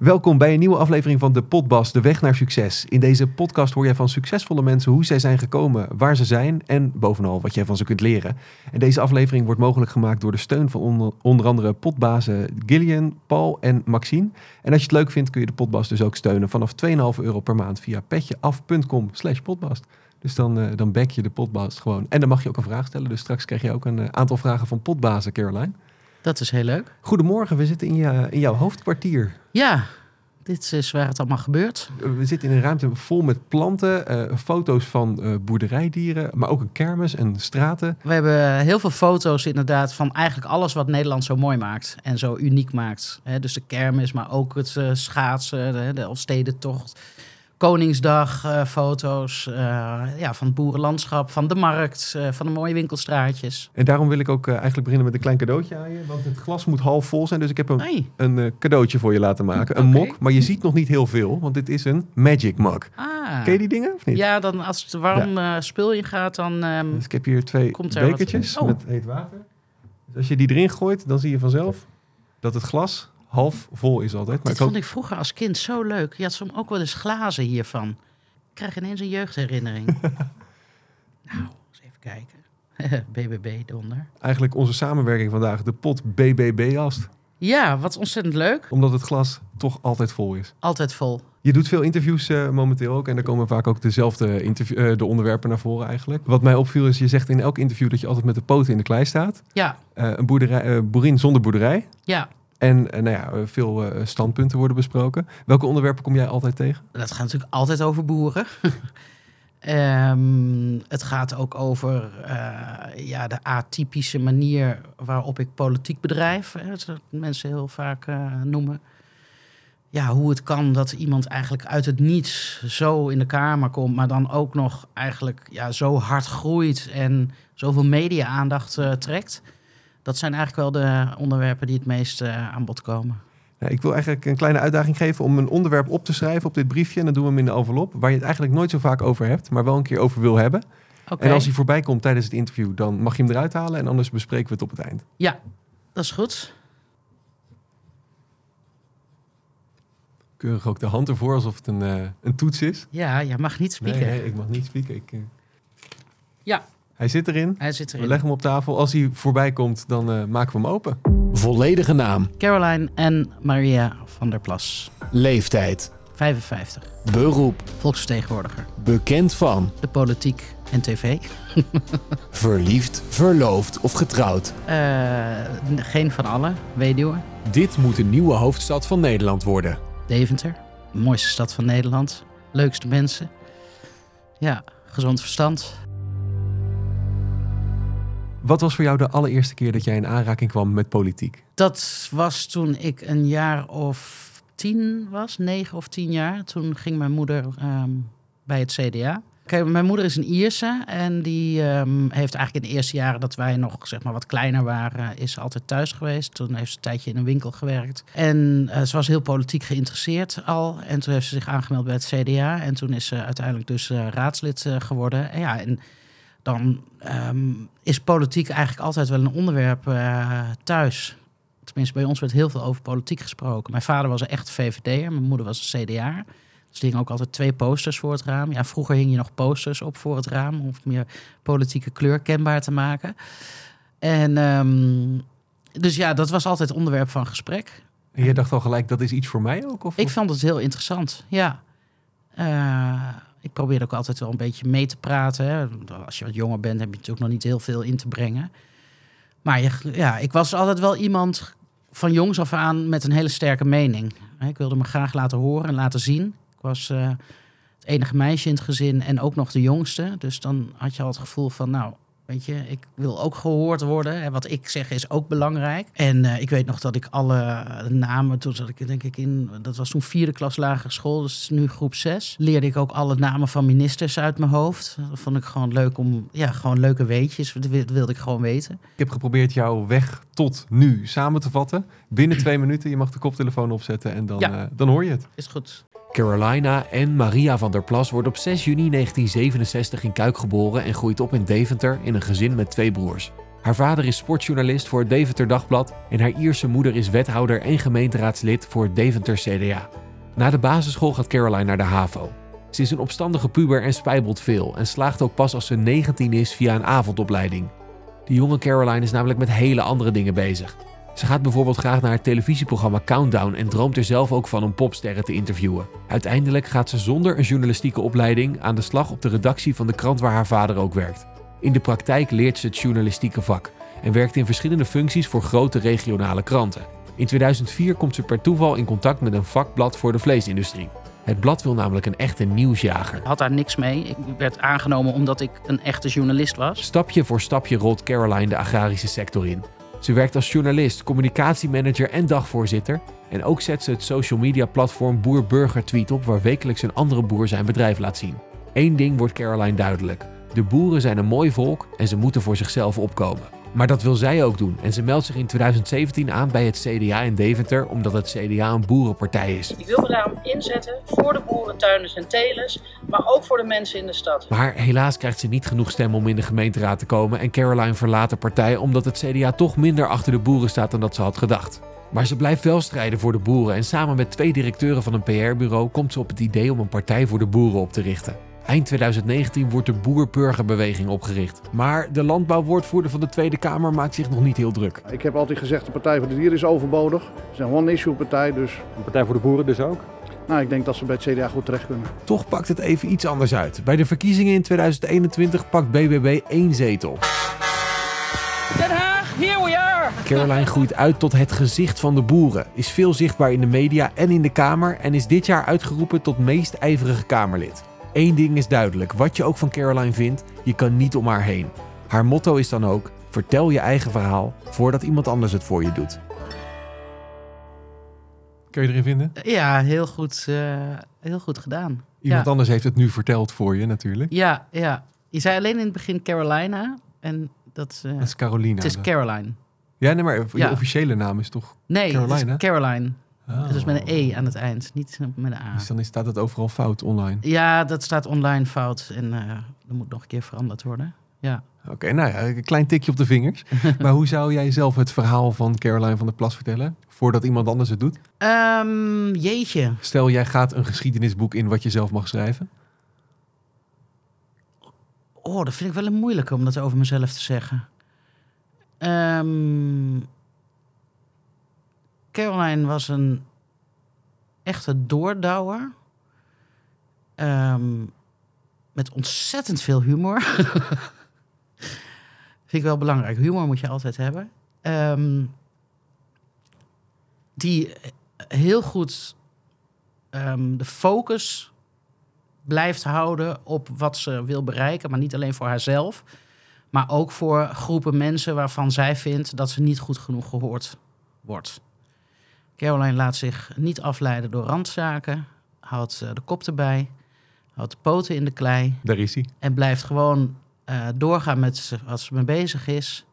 Welkom bij een nieuwe aflevering van de Podbas, de weg naar succes. In deze podcast hoor jij van succesvolle mensen hoe zij zijn gekomen, waar ze zijn en bovenal wat jij van ze kunt leren. En deze aflevering wordt mogelijk gemaakt door de steun van onder andere podbazen Gillian, Paul en Maxine. En als je het leuk vindt kun je de Podbas dus ook steunen vanaf €2,5 per maand via petjeaf.com/podbast. Dus dan back je de Podbas gewoon. En dan mag je ook een vraag stellen. Dus straks krijg je ook een aantal vragen van podbazen, Caroline. Dat is heel leuk. Goedemorgen, we zitten in jouw hoofdkwartier. Ja, dit is waar het allemaal gebeurt. We zitten in een ruimte vol met planten, foto's van boerderijdieren, maar ook een kermis en straten. We hebben heel veel foto's inderdaad van eigenlijk alles wat Nederland zo mooi maakt en zo uniek maakt. Dus de kermis, maar ook het schaatsen, de Elfstedentocht, Koningsdag, foto's van het boerenlandschap, van de markt, van de mooie winkelstraatjes. En daarom wil ik ook eigenlijk beginnen met een klein cadeautje aan je, want het glas moet half vol zijn. Dus ik heb een cadeautje voor je laten maken, een mok. Maar je ziet nog niet heel veel, want dit is een Magic Mug. Ken je die dingen of niet? Ja, dan als het warm spul in gaat, dan dus ik heb hier 2 bekertjes met heet water. Dus als je die erin gooit, dan zie je vanzelf dat het glas half vol is altijd. Maar dit vond ik vroeger als kind zo leuk. Je had soms ook wel eens glazen hiervan. Ik krijg ineens een jeugdherinnering. Nou, eens even kijken. BBB eronder. Eigenlijk onze samenwerking vandaag, de pot BBB-ast. Ja, wat ontzettend leuk. Omdat het glas toch altijd vol is. Altijd vol. Je doet veel interviews momenteel ook. En daar komen vaak ook dezelfde de onderwerpen naar voren eigenlijk. Wat mij opviel is, je zegt in elk interview dat je altijd met de poten in de klei staat. Ja. Een boerin zonder boerderij. Ja. En veel standpunten worden besproken. Welke onderwerpen kom jij altijd tegen? Dat gaat natuurlijk altijd over boeren. Het gaat ook over de atypische manier waarop ik politiek bedrijf. Dat mensen heel vaak noemen. Ja, hoe het kan dat iemand eigenlijk uit het niets zo in de Kamer komt, maar dan ook nog eigenlijk zo hard groeit en zoveel media-aandacht trekt. Dat zijn eigenlijk wel de onderwerpen die het meest aan bod komen. Ja, ik wil eigenlijk een kleine uitdaging geven om een onderwerp op te schrijven op dit briefje. En dan doen we hem in de envelop, waar je het eigenlijk nooit zo vaak over hebt, maar wel een keer over wil hebben. Okay. En als hij voorbij komt tijdens het interview, dan mag je hem eruit halen en anders bespreken we het op het eind. Ja, dat is goed. Keurig ook de hand ervoor, alsof het een toets is. Ja, jij mag niet spieken. Nee, ik mag niet spieken. Ja. Hij zit erin. We leggen hem op tafel. Als hij voorbij komt, dan maken we hem open. Volledige naam. Caroline en Maria van der Plas. Leeftijd. 55. Beroep. Volksvertegenwoordiger. Bekend van. De politiek en tv. Verliefd, verloofd of getrouwd. Geen van alle. Weduwe. Dit moet de nieuwe hoofdstad van Nederland worden. Deventer. De mooiste stad van Nederland. Leukste mensen. Ja, gezond verstand. Wat was voor jou de allereerste keer dat jij in aanraking kwam met politiek? Dat was toen ik een jaar of 10 was, 9 of 10 jaar. Toen ging mijn moeder bij het CDA. Kijk, mijn moeder is een Ierse en die heeft eigenlijk in de eerste jaren dat wij nog wat kleiner waren, is ze altijd thuis geweest. Toen heeft ze een tijdje in een winkel gewerkt. En ze was heel politiek geïnteresseerd al. En toen heeft ze zich aangemeld bij het CDA. En toen is ze uiteindelijk dus raadslid geworden. En dan is politiek eigenlijk altijd wel een onderwerp thuis. Tenminste, bij ons werd heel veel over politiek gesproken. Mijn vader was een echt VVD'er, mijn moeder was een CDA. Dus er hingen ook altijd 2 posters voor het raam. Ja, vroeger hing je nog posters op voor het raam om meer politieke kleur kenbaar te maken. En dus dat was altijd onderwerp van gesprek. En jij dacht al gelijk, dat is iets voor mij ook? Of? Ik vond het heel interessant, ja. Ik probeerde ook altijd wel een beetje mee te praten. Hè. Als je wat jonger bent, heb je natuurlijk nog niet heel veel in te brengen. Maar ik was altijd wel iemand van jongs af aan met een hele sterke mening. Ik wilde me graag laten horen en laten zien. Ik was het enige meisje in het gezin en ook nog de jongste. Dus dan had je al het gevoel van, weet je, ik wil ook gehoord worden. En wat ik zeg is ook belangrijk. En ik weet nog dat ik alle namen, toen zat ik denk ik dat was toen 4e klas lagere school, dus nu groep 6. Leerde ik ook alle namen van ministers uit mijn hoofd. Dat vond ik gewoon leuk gewoon leuke weetjes. Dat wilde ik gewoon weten. Ik heb geprobeerd jouw weg tot nu samen te vatten. Binnen 2 minuten, je mag de koptelefoon opzetten en dan hoor je het. Is goed. Carolina en Maria van der Plas wordt op 6 juni 1967 in Kuik geboren en groeit op in Deventer in een gezin met 2 broers. Haar vader is sportjournalist voor het Deventer Dagblad en haar Ierse moeder is wethouder en gemeenteraadslid voor het Deventer CDA. Na de basisschool gaat Caroline naar de HAVO. Ze is een opstandige puber en spijbelt veel en slaagt ook pas als ze 19 is via een avondopleiding. De jonge Caroline is namelijk met hele andere dingen bezig. Ze gaat bijvoorbeeld graag naar het televisieprogramma Countdown en droomt er zelf ook van om popsterren te interviewen. Uiteindelijk gaat ze zonder een journalistieke opleiding aan de slag op de redactie van de krant waar haar vader ook werkt. In de praktijk leert ze het journalistieke vak en werkt in verschillende functies voor grote regionale kranten. In 2004 komt ze per toeval in contact met een vakblad voor de vleesindustrie. Het blad wil namelijk een echte nieuwsjager. Ik had daar niks mee. Ik werd aangenomen omdat ik een echte journalist was. Stapje voor stapje rolt Caroline de agrarische sector in. Ze werkt als journalist, communicatiemanager en dagvoorzitter. En ook zet ze het social media platform Boer Burger Tweet op, waar wekelijks een andere boer zijn bedrijf laat zien. Eén ding wordt Caroline duidelijk. De boeren zijn een mooi volk en ze moeten voor zichzelf opkomen. Maar dat wil zij ook doen en ze meldt zich in 2017 aan bij het CDA in Deventer omdat het CDA een boerenpartij is. Ik wil me daarom inzetten voor de boeren, tuinders en telers, maar ook voor de mensen in de stad. Maar helaas krijgt ze niet genoeg stemmen om in de gemeenteraad te komen en Caroline verlaat de partij omdat het CDA toch minder achter de boeren staat dan dat ze had gedacht. Maar ze blijft wel strijden voor de boeren en samen met 2 directeuren van een PR-bureau komt ze op het idee om een partij voor de boeren op te richten. Eind 2019 wordt de Boer-Burgerbeweging opgericht. Maar de landbouwwoordvoerder van de Tweede Kamer maakt zich nog niet heel druk. Ik heb altijd gezegd, de Partij voor de Dieren is overbodig. Het is een one-issue partij, dus... Een partij voor de boeren dus ook? Nou, ik denk dat ze bij het CDA goed terecht kunnen. Toch pakt het even iets anders uit. Bij de verkiezingen in 2021 pakt BBB 1 zetel. Den Haag, here we are! Caroline groeit uit tot het gezicht van de boeren, is veel zichtbaar in de media en in de Kamer en is dit jaar uitgeroepen tot meest ijverige Kamerlid. Eén ding is duidelijk, wat je ook van Caroline vindt, je kan niet om haar heen. Haar motto is dan ook, vertel je eigen verhaal voordat iemand anders het voor je doet. Kun je erin vinden? Ja, heel goed gedaan. Iemand anders heeft het nu verteld voor je natuurlijk. Ja. Je zei alleen in het begin Carolina en dat is Carolina. het is Caroline. Ja, nee, maar je officiële naam is toch Nee, Carolina? het is Caroline. Oh. Het is met een E aan het eind, niet met een A. Dus dan staat het overal fout online. Ja, dat staat online fout en dat moet nog een keer veranderd worden. Ja. Oké, nou ja, een klein tikje op de vingers. Maar hoe zou jij zelf het verhaal van Caroline van der Plas vertellen? Voordat iemand anders het doet? Jeetje. Stel, jij gaat een geschiedenisboek in wat je zelf mag schrijven. Oh, dat vind ik wel een moeilijke om dat over mezelf te zeggen. Caroline was een echte doordouwer. Met ontzettend veel humor. Vind ik wel belangrijk. Humor moet je altijd hebben. Die heel goed de focus blijft houden op wat ze wil bereiken. Maar niet alleen voor haarzelf. Maar ook voor groepen mensen waarvan zij vindt dat ze niet goed genoeg gehoord wordt. Caroline laat zich niet afleiden door randzaken. Houdt de kop erbij. Houdt de poten in de klei. Daar is hij. En blijft gewoon doorgaan met wat ze mee bezig is.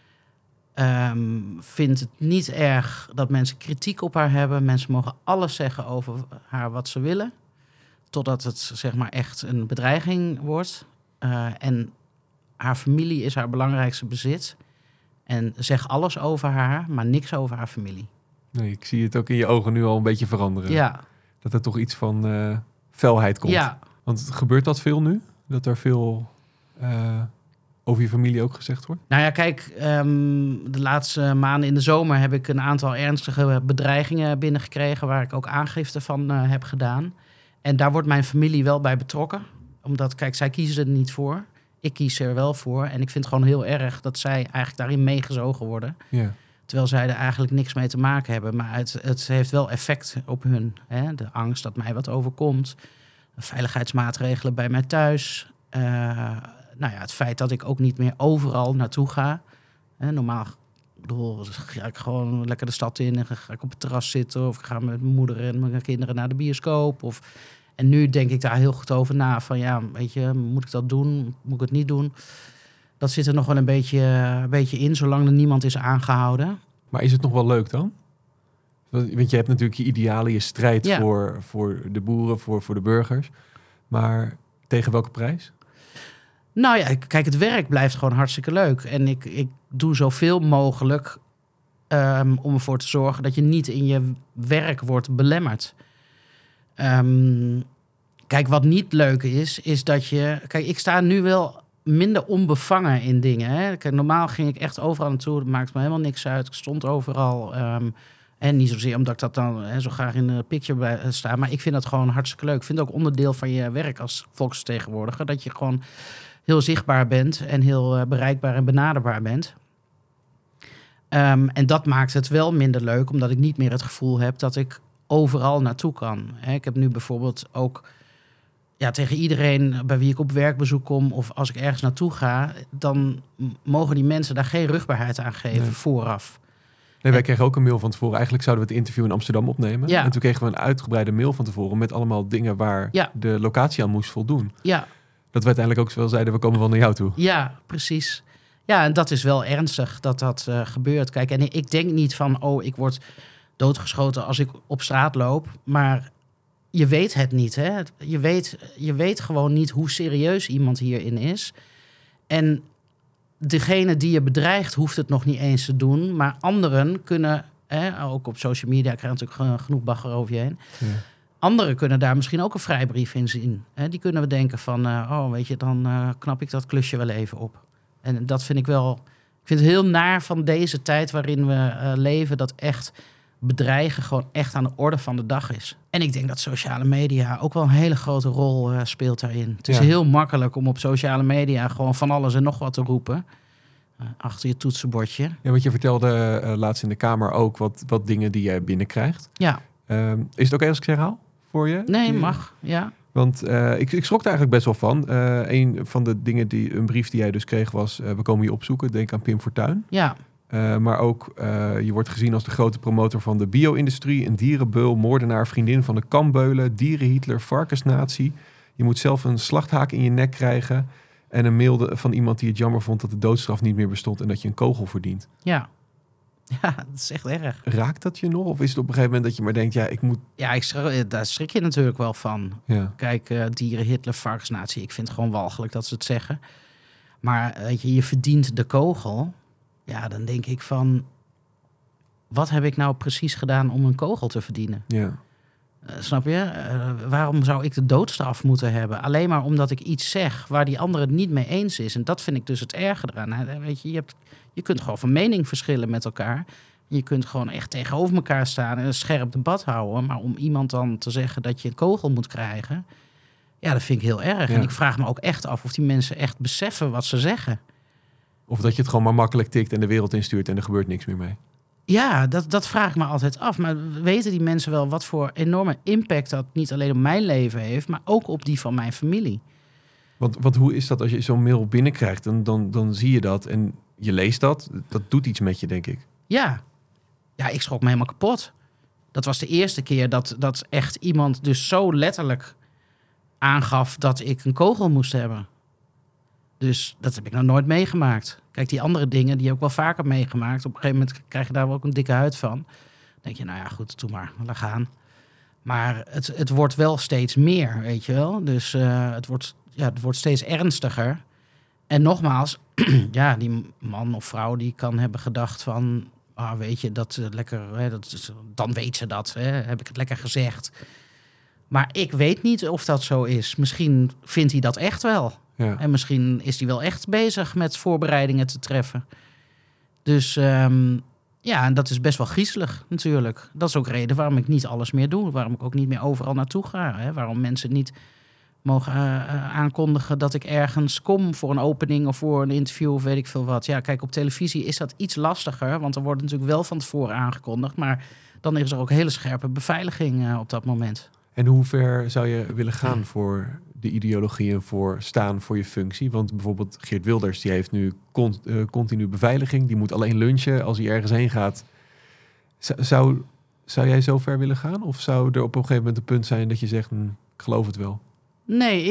Vindt het niet erg dat mensen kritiek op haar hebben. Mensen mogen alles zeggen over haar wat ze willen. Totdat het zeg maar echt een bedreiging wordt. En haar familie is haar belangrijkste bezit. En zeg alles over haar, maar niks over haar familie. Nee, ik zie het ook in je ogen nu al een beetje veranderen. Ja. Dat er toch iets van felheid komt. Ja. Want gebeurt dat veel nu? Dat er veel over je familie ook gezegd wordt? Nou ja, kijk, de laatste maanden in de zomer heb ik een aantal ernstige bedreigingen binnengekregen waar ik ook aangifte van heb gedaan. En daar wordt mijn familie wel bij betrokken. Omdat, kijk, zij kiezen er niet voor. Ik kies er wel voor. En ik vind het gewoon heel erg dat zij eigenlijk daarin meegezogen worden. Ja. Terwijl zij er eigenlijk niks mee te maken hebben. Maar het heeft wel effect op hun. Hè? De angst dat mij wat overkomt. De veiligheidsmaatregelen bij mij thuis. Het feit dat ik ook niet meer overal naartoe ga. Normaal ga ik gewoon lekker de stad in en ga ik op het terras zitten. Of ik ga met mijn moeder en mijn kinderen naar de bioscoop. En nu denk ik daar heel goed over na. Van ja, weet je, moet ik dat doen? Moet ik het niet doen? Dat zit er nog wel een beetje in, zolang er niemand is aangehouden. Maar is het nog wel leuk dan? Want je hebt natuurlijk je idealen, je strijd voor de boeren, voor de burgers. Maar tegen welke prijs? Nou ja, kijk, het werk blijft gewoon hartstikke leuk. En ik doe zoveel mogelijk om ervoor te zorgen dat je niet in je werk wordt belemmerd. Kijk, wat niet leuk is dat je... Kijk, ik sta nu wel minder onbevangen in dingen. Hè? Kijk, normaal ging ik echt overal naartoe. Dat maakt me helemaal niks uit. Ik stond overal. En niet zozeer omdat ik dat dan zo graag in de picture sta. Maar ik vind dat gewoon hartstikke leuk. Ik vind het ook onderdeel van je werk als volksvertegenwoordiger. Dat je gewoon heel zichtbaar bent en heel bereikbaar en benaderbaar bent. En dat maakt het wel minder leuk, omdat ik niet meer het gevoel heb dat ik overal naartoe kan. Ik heb nu bijvoorbeeld ook tegen iedereen bij wie ik op werkbezoek kom of als ik ergens naartoe ga, dan mogen die mensen daar geen rugbaarheid aan geven vooraf. Nee, wij kregen ook een mail van tevoren. Eigenlijk zouden we het interview in Amsterdam opnemen. Ja. En toen kregen we een uitgebreide mail van tevoren met allemaal dingen waar de locatie aan moest voldoen. Ja. Dat we uiteindelijk ook wel zeiden, we komen wel naar jou toe. Ja, precies. Ja, en dat is wel ernstig dat gebeurt. Kijk, en ik denk niet van, ik word doodgeschoten als ik op straat loop. Maar je weet het niet, hè. Je weet gewoon niet hoe serieus iemand hierin is. En degene die je bedreigt hoeft het nog niet eens te doen. Maar anderen kunnen, ook op social media krijg je natuurlijk genoeg bagger over je heen. Ja. Anderen kunnen daar misschien ook een vrijbrief in zien. Die kunnen we denken van, dan knap ik dat klusje wel even op. En dat vind ik wel... Ik vind het heel naar van deze tijd waarin we leven, dat echt bedreigen gewoon echt aan de orde van de dag is. En ik denk dat sociale media ook wel een hele grote rol speelt daarin. Het is heel makkelijk om op sociale media gewoon van alles en nog wat te roepen. Achter je toetsenbordje. Ja, want je vertelde laatst in de Kamer ook wat dingen die je binnenkrijgt. Ja. Is het oké als ik zeg herhaal voor je? Nee, mag. Ja. Want ik schrok daar eigenlijk best wel van. Een van de dingen een brief die jij dus kreeg was, we komen je opzoeken. Denk aan Pim Fortuyn. Ja. Maar ook, je wordt gezien als de grote promotor van de bio-industrie, een dierenbeul, moordenaar, vriendin van de kambeulen, dierenhitler, varkensnatie. Je moet zelf een slachthaak in je nek krijgen. En een mail van iemand die het jammer vond dat de doodstraf niet meer bestond en dat je een kogel verdient. Ja. Ja, dat is echt erg. Raakt dat je nog? Of is het op een gegeven moment dat je maar denkt, ik moet... Ja, daar schrik je natuurlijk wel van. Ja. Kijk, dieren, Hitler, varkensnatie. Ik vind het gewoon walgelijk dat ze het zeggen. Maar weet je verdient de kogel. Ja, dan denk ik van... Wat heb ik nou precies gedaan om een kogel te verdienen? Ja. Snap je? Waarom zou ik de doodstraf moeten hebben? Alleen maar omdat ik iets zeg waar die andere het niet mee eens is. En dat vind ik dus het erge eraan. Weet je kunt gewoon van mening verschillen met elkaar. Je kunt gewoon echt tegenover elkaar staan en een scherp debat houden. Maar om iemand dan te zeggen dat je een kogel moet krijgen... Ja, dat vind ik heel erg. Ja. En ik vraag me ook echt af of die mensen echt beseffen wat ze zeggen. Of dat je het gewoon maar makkelijk tikt en de wereld instuurt en er gebeurt niks meer mee. Ja, dat vraag ik me altijd af. Maar weten die mensen wel wat voor enorme impact dat niet alleen op mijn leven heeft, maar ook op die van mijn familie? Want hoe is dat als je zo'n mail binnenkrijgt? Dan zie je dat en je leest dat. Dat doet iets met je, denk ik. Ja, ik schrok me helemaal kapot. Dat was de eerste keer dat echt iemand dus zo letterlijk aangaf dat ik een kogel moest hebben. Dus dat heb ik nog nooit meegemaakt. Kijk, die andere dingen, die heb ik wel vaker meegemaakt. Op een gegeven moment krijg je daar wel ook een dikke huid van. Dan denk je, nou ja, goed, doe maar, laat gaan. Maar het wordt wel steeds meer, weet je wel. Dus het wordt steeds ernstiger. En nogmaals, die man of vrouw die kan hebben gedacht van... weet je, dat lekker, dan weet ze dat, heb ik het lekker gezegd. Maar ik weet niet of dat zo is. Misschien vindt hij dat echt wel. Ja. En misschien is hij wel echt bezig met voorbereidingen te treffen. Dus en dat is best wel griezelig natuurlijk. Dat is ook reden waarom ik niet alles meer doe. Waarom ik ook niet meer overal naartoe ga. Hè? Waarom mensen niet mogen aankondigen dat ik ergens kom voor een opening of voor een interview of weet ik veel wat. Ja, kijk, op televisie is dat iets lastiger. Want er wordt natuurlijk wel van tevoren aangekondigd. Maar dan is er ook hele scherpe beveiliging op dat moment. En hoe ver zou je willen gaan voor de ideologie en voor staan voor je functie? Want bijvoorbeeld Geert Wilders, die heeft nu continu beveiliging. Die moet alleen lunchen als hij ergens heen gaat. Zou jij zo ver willen gaan? Of zou er op een gegeven moment een punt zijn dat je zegt, ik geloof het wel? Nee,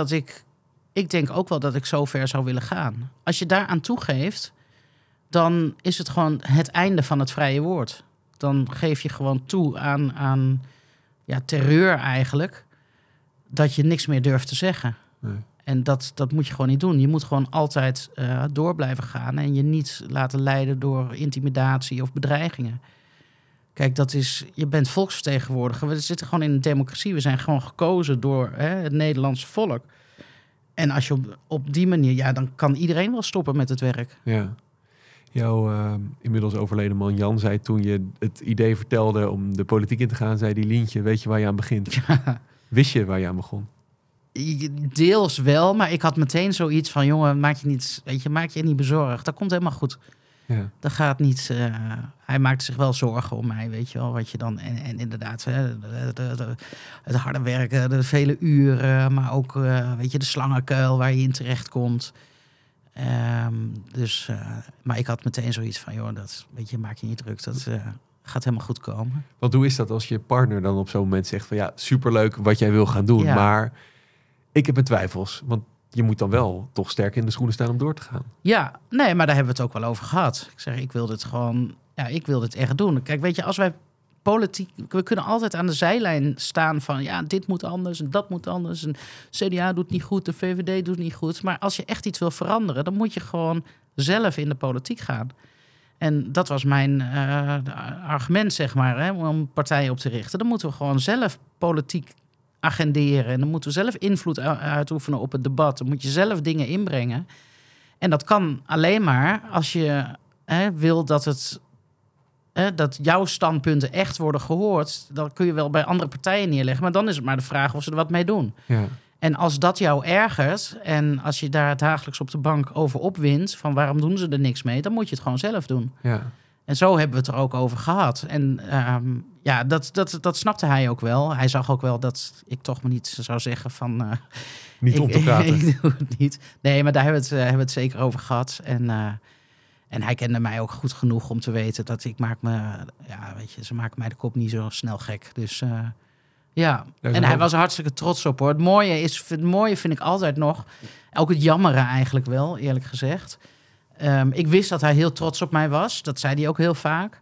ik denk ook wel dat ik zo ver zou willen gaan. Als je daaraan toegeeft, dan is het gewoon het einde van het vrije woord. Dan geef je gewoon toe aan terreur eigenlijk, dat je niks meer durft te zeggen. Nee. En dat moet je gewoon niet doen. Je moet gewoon altijd door blijven gaan en je niet laten leiden door intimidatie of bedreigingen. Kijk, je bent volksvertegenwoordiger. We zitten gewoon in een democratie. We zijn gewoon gekozen door het Nederlandse volk. En als je op die manier, dan kan iedereen wel stoppen met het werk. Ja. Jouw inmiddels overleden man Jan zei toen je het idee vertelde om de politiek in te gaan, zei die Lientje, weet je waar je aan begint? Ja. Wist je waar je aan begon? Deels wel, maar ik had meteen zoiets van, jongen, maak je niet bezorgd. Dat komt helemaal goed. Ja. Dat gaat niet. Hij maakte zich wel zorgen om mij, weet je wel. Wat je dan. En inderdaad, het harde werken, de vele uren, maar ook weet je, de slangenkuil waar je in terecht komt. Maar ik had meteen zoiets van, joh, weet je, maak je niet druk. Dat gaat helemaal goed komen. Want hoe is dat als je partner dan op zo'n moment zegt van, ja, superleuk wat jij wil gaan doen, maar ik heb mijn twijfels, want je moet dan wel toch sterk in de schoenen staan om door te gaan. Ja, nee, maar daar hebben we het ook wel over gehad. Ik zeg, ik wil dit echt doen. Kijk, weet je, als wij politiek, we kunnen altijd aan de zijlijn staan van, ja, dit moet anders en dat moet anders. En CDA doet niet goed, de VVD doet niet goed. Maar als je echt iets wil veranderen, dan moet je gewoon zelf in de politiek gaan. En dat was mijn argument, zeg maar, om partijen op te richten. Dan moeten we gewoon zelf politiek agenderen. En dan moeten we zelf invloed uitoefenen op het debat. Dan moet je zelf dingen inbrengen. En dat kan alleen maar als je wil dat jouw standpunten echt worden gehoord. Dan kun je wel bij andere partijen neerleggen. Maar dan is het maar de vraag of ze er wat mee doen. Ja. En als dat jou ergert en als je daar dagelijks op de bank over opwint, van waarom doen ze er niks mee, dan moet je het gewoon zelf doen. Ja. En zo hebben we het er ook over gehad. En dat snapte hij ook wel. Hij zag ook wel dat ik toch maar niet zou zeggen van... niet om te praten. Ik doe het niet. Nee, maar daar hebben we het zeker over gehad. En hij kende mij ook goed genoeg om te weten dat ze maken mij de kop niet zo snel gek. Dus en hij was er hartstikke trots op, hoor. Het mooie vind ik altijd nog, ook het jammeren eigenlijk wel, eerlijk gezegd. Ik wist dat hij heel trots op mij was. Dat zei hij ook heel vaak.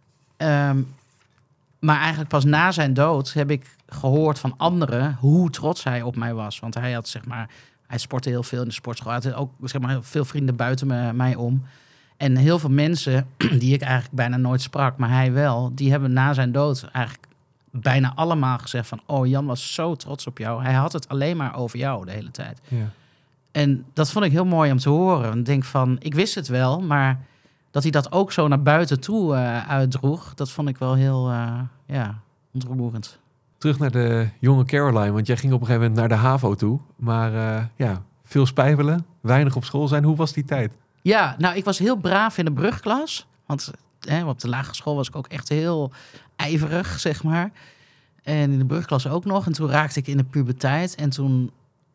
Maar eigenlijk pas na zijn dood heb ik gehoord van anderen hoe trots hij op mij was. Want hij had, zeg maar, hij sportte heel veel in de sportschool. Hij had ook, zeg maar, veel vrienden buiten mij om. En heel veel mensen die ik eigenlijk bijna nooit sprak, maar hij wel, die hebben na zijn dood eigenlijk bijna allemaal gezegd van, oh, Jan was zo trots op jou. Hij had het alleen maar over jou de hele tijd. Ja. En dat vond ik heel mooi om te horen. Ik denk van, ik wist het wel, maar dat hij dat ook zo naar buiten toe uitdroeg, dat vond ik wel heel ontroerend. Terug naar de jonge Caroline, want jij ging op een gegeven moment naar de HAVO toe. Maar veel spijbelen, weinig op school zijn. Hoe was die tijd? Ja, nou, ik was heel braaf in de brugklas. Want op de lagere school was ik ook echt heel ijverig, zeg maar. En in de brugklas ook nog. En toen raakte ik in de puberteit. En toen,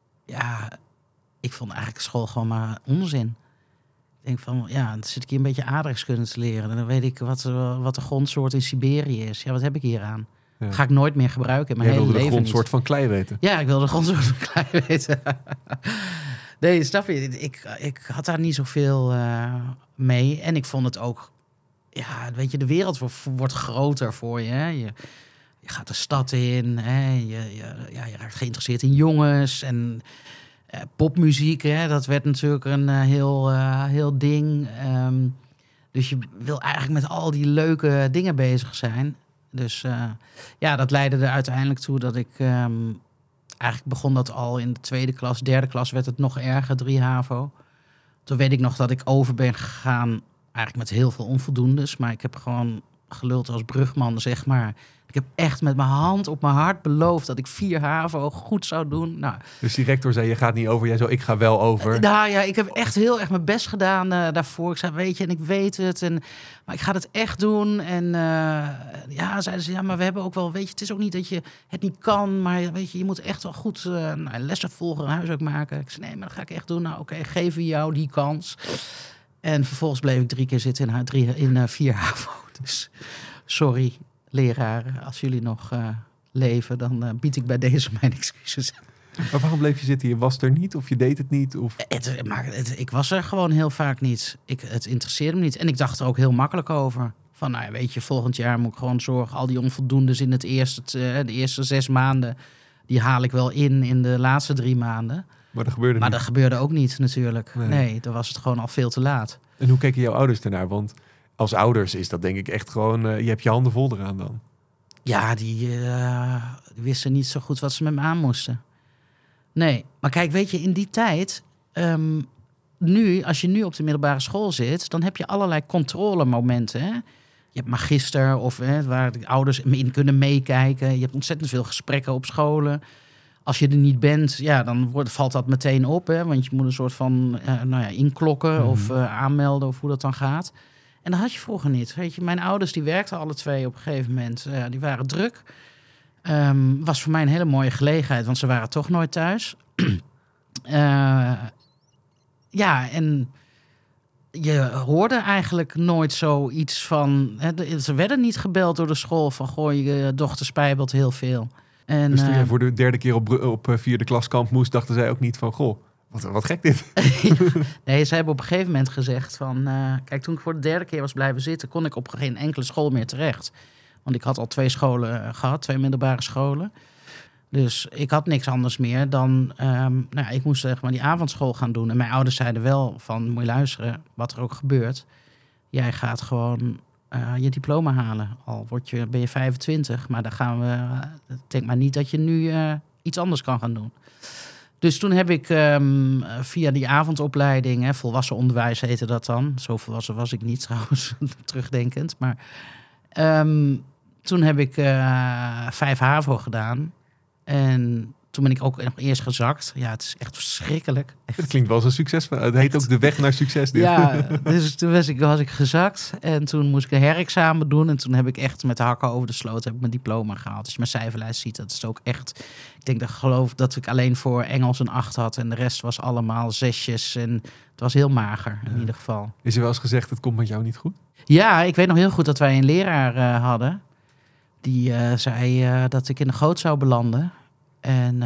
ik vond eigenlijk school gewoon maar onzin. Ik denk van, dan zit ik hier een beetje aardrijkskunde te leren. En dan weet ik wat de grondsoort in Siberië is. Ja, wat heb ik hier aan? Ja. Ga ik nooit meer gebruiken in mijn hele leven. Jij wilde de grondsoort van klei weten? Ja, ik wilde de grondsoort van klei weten. Nee, snap je? Ik had daar niet zoveel mee. En ik vond het ook... Ja, weet je, de wereld wordt groter voor je. Hè? Je gaat de stad in. Hè? Je raakt geïnteresseerd in jongens. En popmuziek, hè? Dat werd natuurlijk een heel ding. Dus je wil eigenlijk met al die leuke dingen bezig zijn. Dus dat leidde er uiteindelijk toe dat ik... Eigenlijk begon dat al in de tweede klas. Derde klas werd het nog erger, 3 HAVO. Toen weet ik nog dat ik over ben gegaan, eigenlijk met heel veel onvoldoendes. Maar ik heb gewoon geluld als brugman, zeg maar. Ik heb echt met mijn hand op mijn hart beloofd dat ik 4 HAVO goed zou doen. Nou, dus die rector zei, je gaat niet over. Jij zo, ik ga wel over. Nou ja, ik heb echt heel erg mijn best gedaan daarvoor. Ik zei, weet je, en ik weet het. Maar ik ga het echt doen. En zeiden ze, maar we hebben ook wel, weet je, het is ook niet dat je het niet kan. Maar weet je moet echt wel goed lessen volgen, huiswerk maken. Ik zei, nee, maar dat ga ik echt doen. Nou, oké, geven we jou die kans. En vervolgens bleef ik 3 keer zitten in 4 HAVO. Dus sorry, leraren, als jullie nog leven, dan bied ik bij deze mijn excuses. Maar waarom bleef je zitten? Je was er niet of je deed het niet? Of... Ik was er gewoon heel vaak niet. Het interesseerde me niet. En ik dacht er ook heel makkelijk over. Van, nou ja, weet je, volgend jaar moet ik gewoon zorgen. Al die onvoldoendes in de eerste 6 maanden, die haal ik wel in de laatste 3 maanden. Maar dat gebeurde Maar niet. dat gebeurde ook niet natuurlijk. Nee. Nee, dan was het gewoon al veel te laat. En hoe keken jouw ouders ernaar? Want als ouders is dat denk ik echt gewoon... je hebt je handen vol eraan dan. Ja, die wisten niet zo goed wat ze met me aan moesten. Nee, maar kijk, weet je, in die tijd... nu, als je nu op de middelbare school zit... dan heb je allerlei controlemomenten. Hè? Je hebt magister of waar de ouders in kunnen meekijken. Je hebt ontzettend veel gesprekken op scholen. Als je er niet bent, ja, dan valt dat meteen op. Hè? Want je moet een soort van inklokken of aanmelden of hoe dat dan gaat. En dat had je vroeger niet. Weet je, mijn ouders die werkten alle twee op een gegeven moment. Die waren druk. Was voor mij een hele mooie gelegenheid, want ze waren toch nooit thuis. Ja, en je hoorde eigenlijk nooit zoiets van... Ze werden niet gebeld door de school van... goh, je dochter spijbelt heel veel. En, Dus toen jij voor de derde keer op vierde klaskamp moest... dachten zij ook niet van, goh, wat gek dit. Nee, ze hebben op een gegeven moment gezegd van... kijk, toen ik voor de derde keer was blijven zitten... kon ik op geen enkele school meer terecht. Want ik had al 2 scholen gehad, 2 middelbare scholen. Dus ik had niks anders meer dan... ik moest zeg maar die avondschool gaan doen. En mijn ouders zeiden wel van... moet je luisteren, wat er ook gebeurt... jij gaat gewoon je diploma halen. Al ben je 25, maar dan gaan we... denk maar niet dat je nu iets anders kan gaan doen. Dus toen heb ik via die avondopleiding... volwassen onderwijs heette dat dan. Zo volwassen was ik niet trouwens, terugdenkend. Maar toen heb ik 5 HAVO gedaan... En toen ben ik ook nog eerst gezakt. Ja, het is echt verschrikkelijk. Echt. Het klinkt wel als een succes. Het heet ook de weg naar succes. Dit. Ja, dus toen was ik gezakt. En toen moest ik een herexamen doen. En toen heb ik echt met de hakken over de sloot heb ik mijn diploma gehaald. Als je mijn cijferlijst ziet, dat is ook echt... Ik denk dat ik alleen voor Engels een 8 had. En de rest was allemaal 6'jes. En het was heel mager, in ieder geval. Is er wel eens gezegd, het komt met jou niet goed? Ja, ik weet nog heel goed dat wij een leraar hadden. Die zei dat ik in de goot zou belanden. En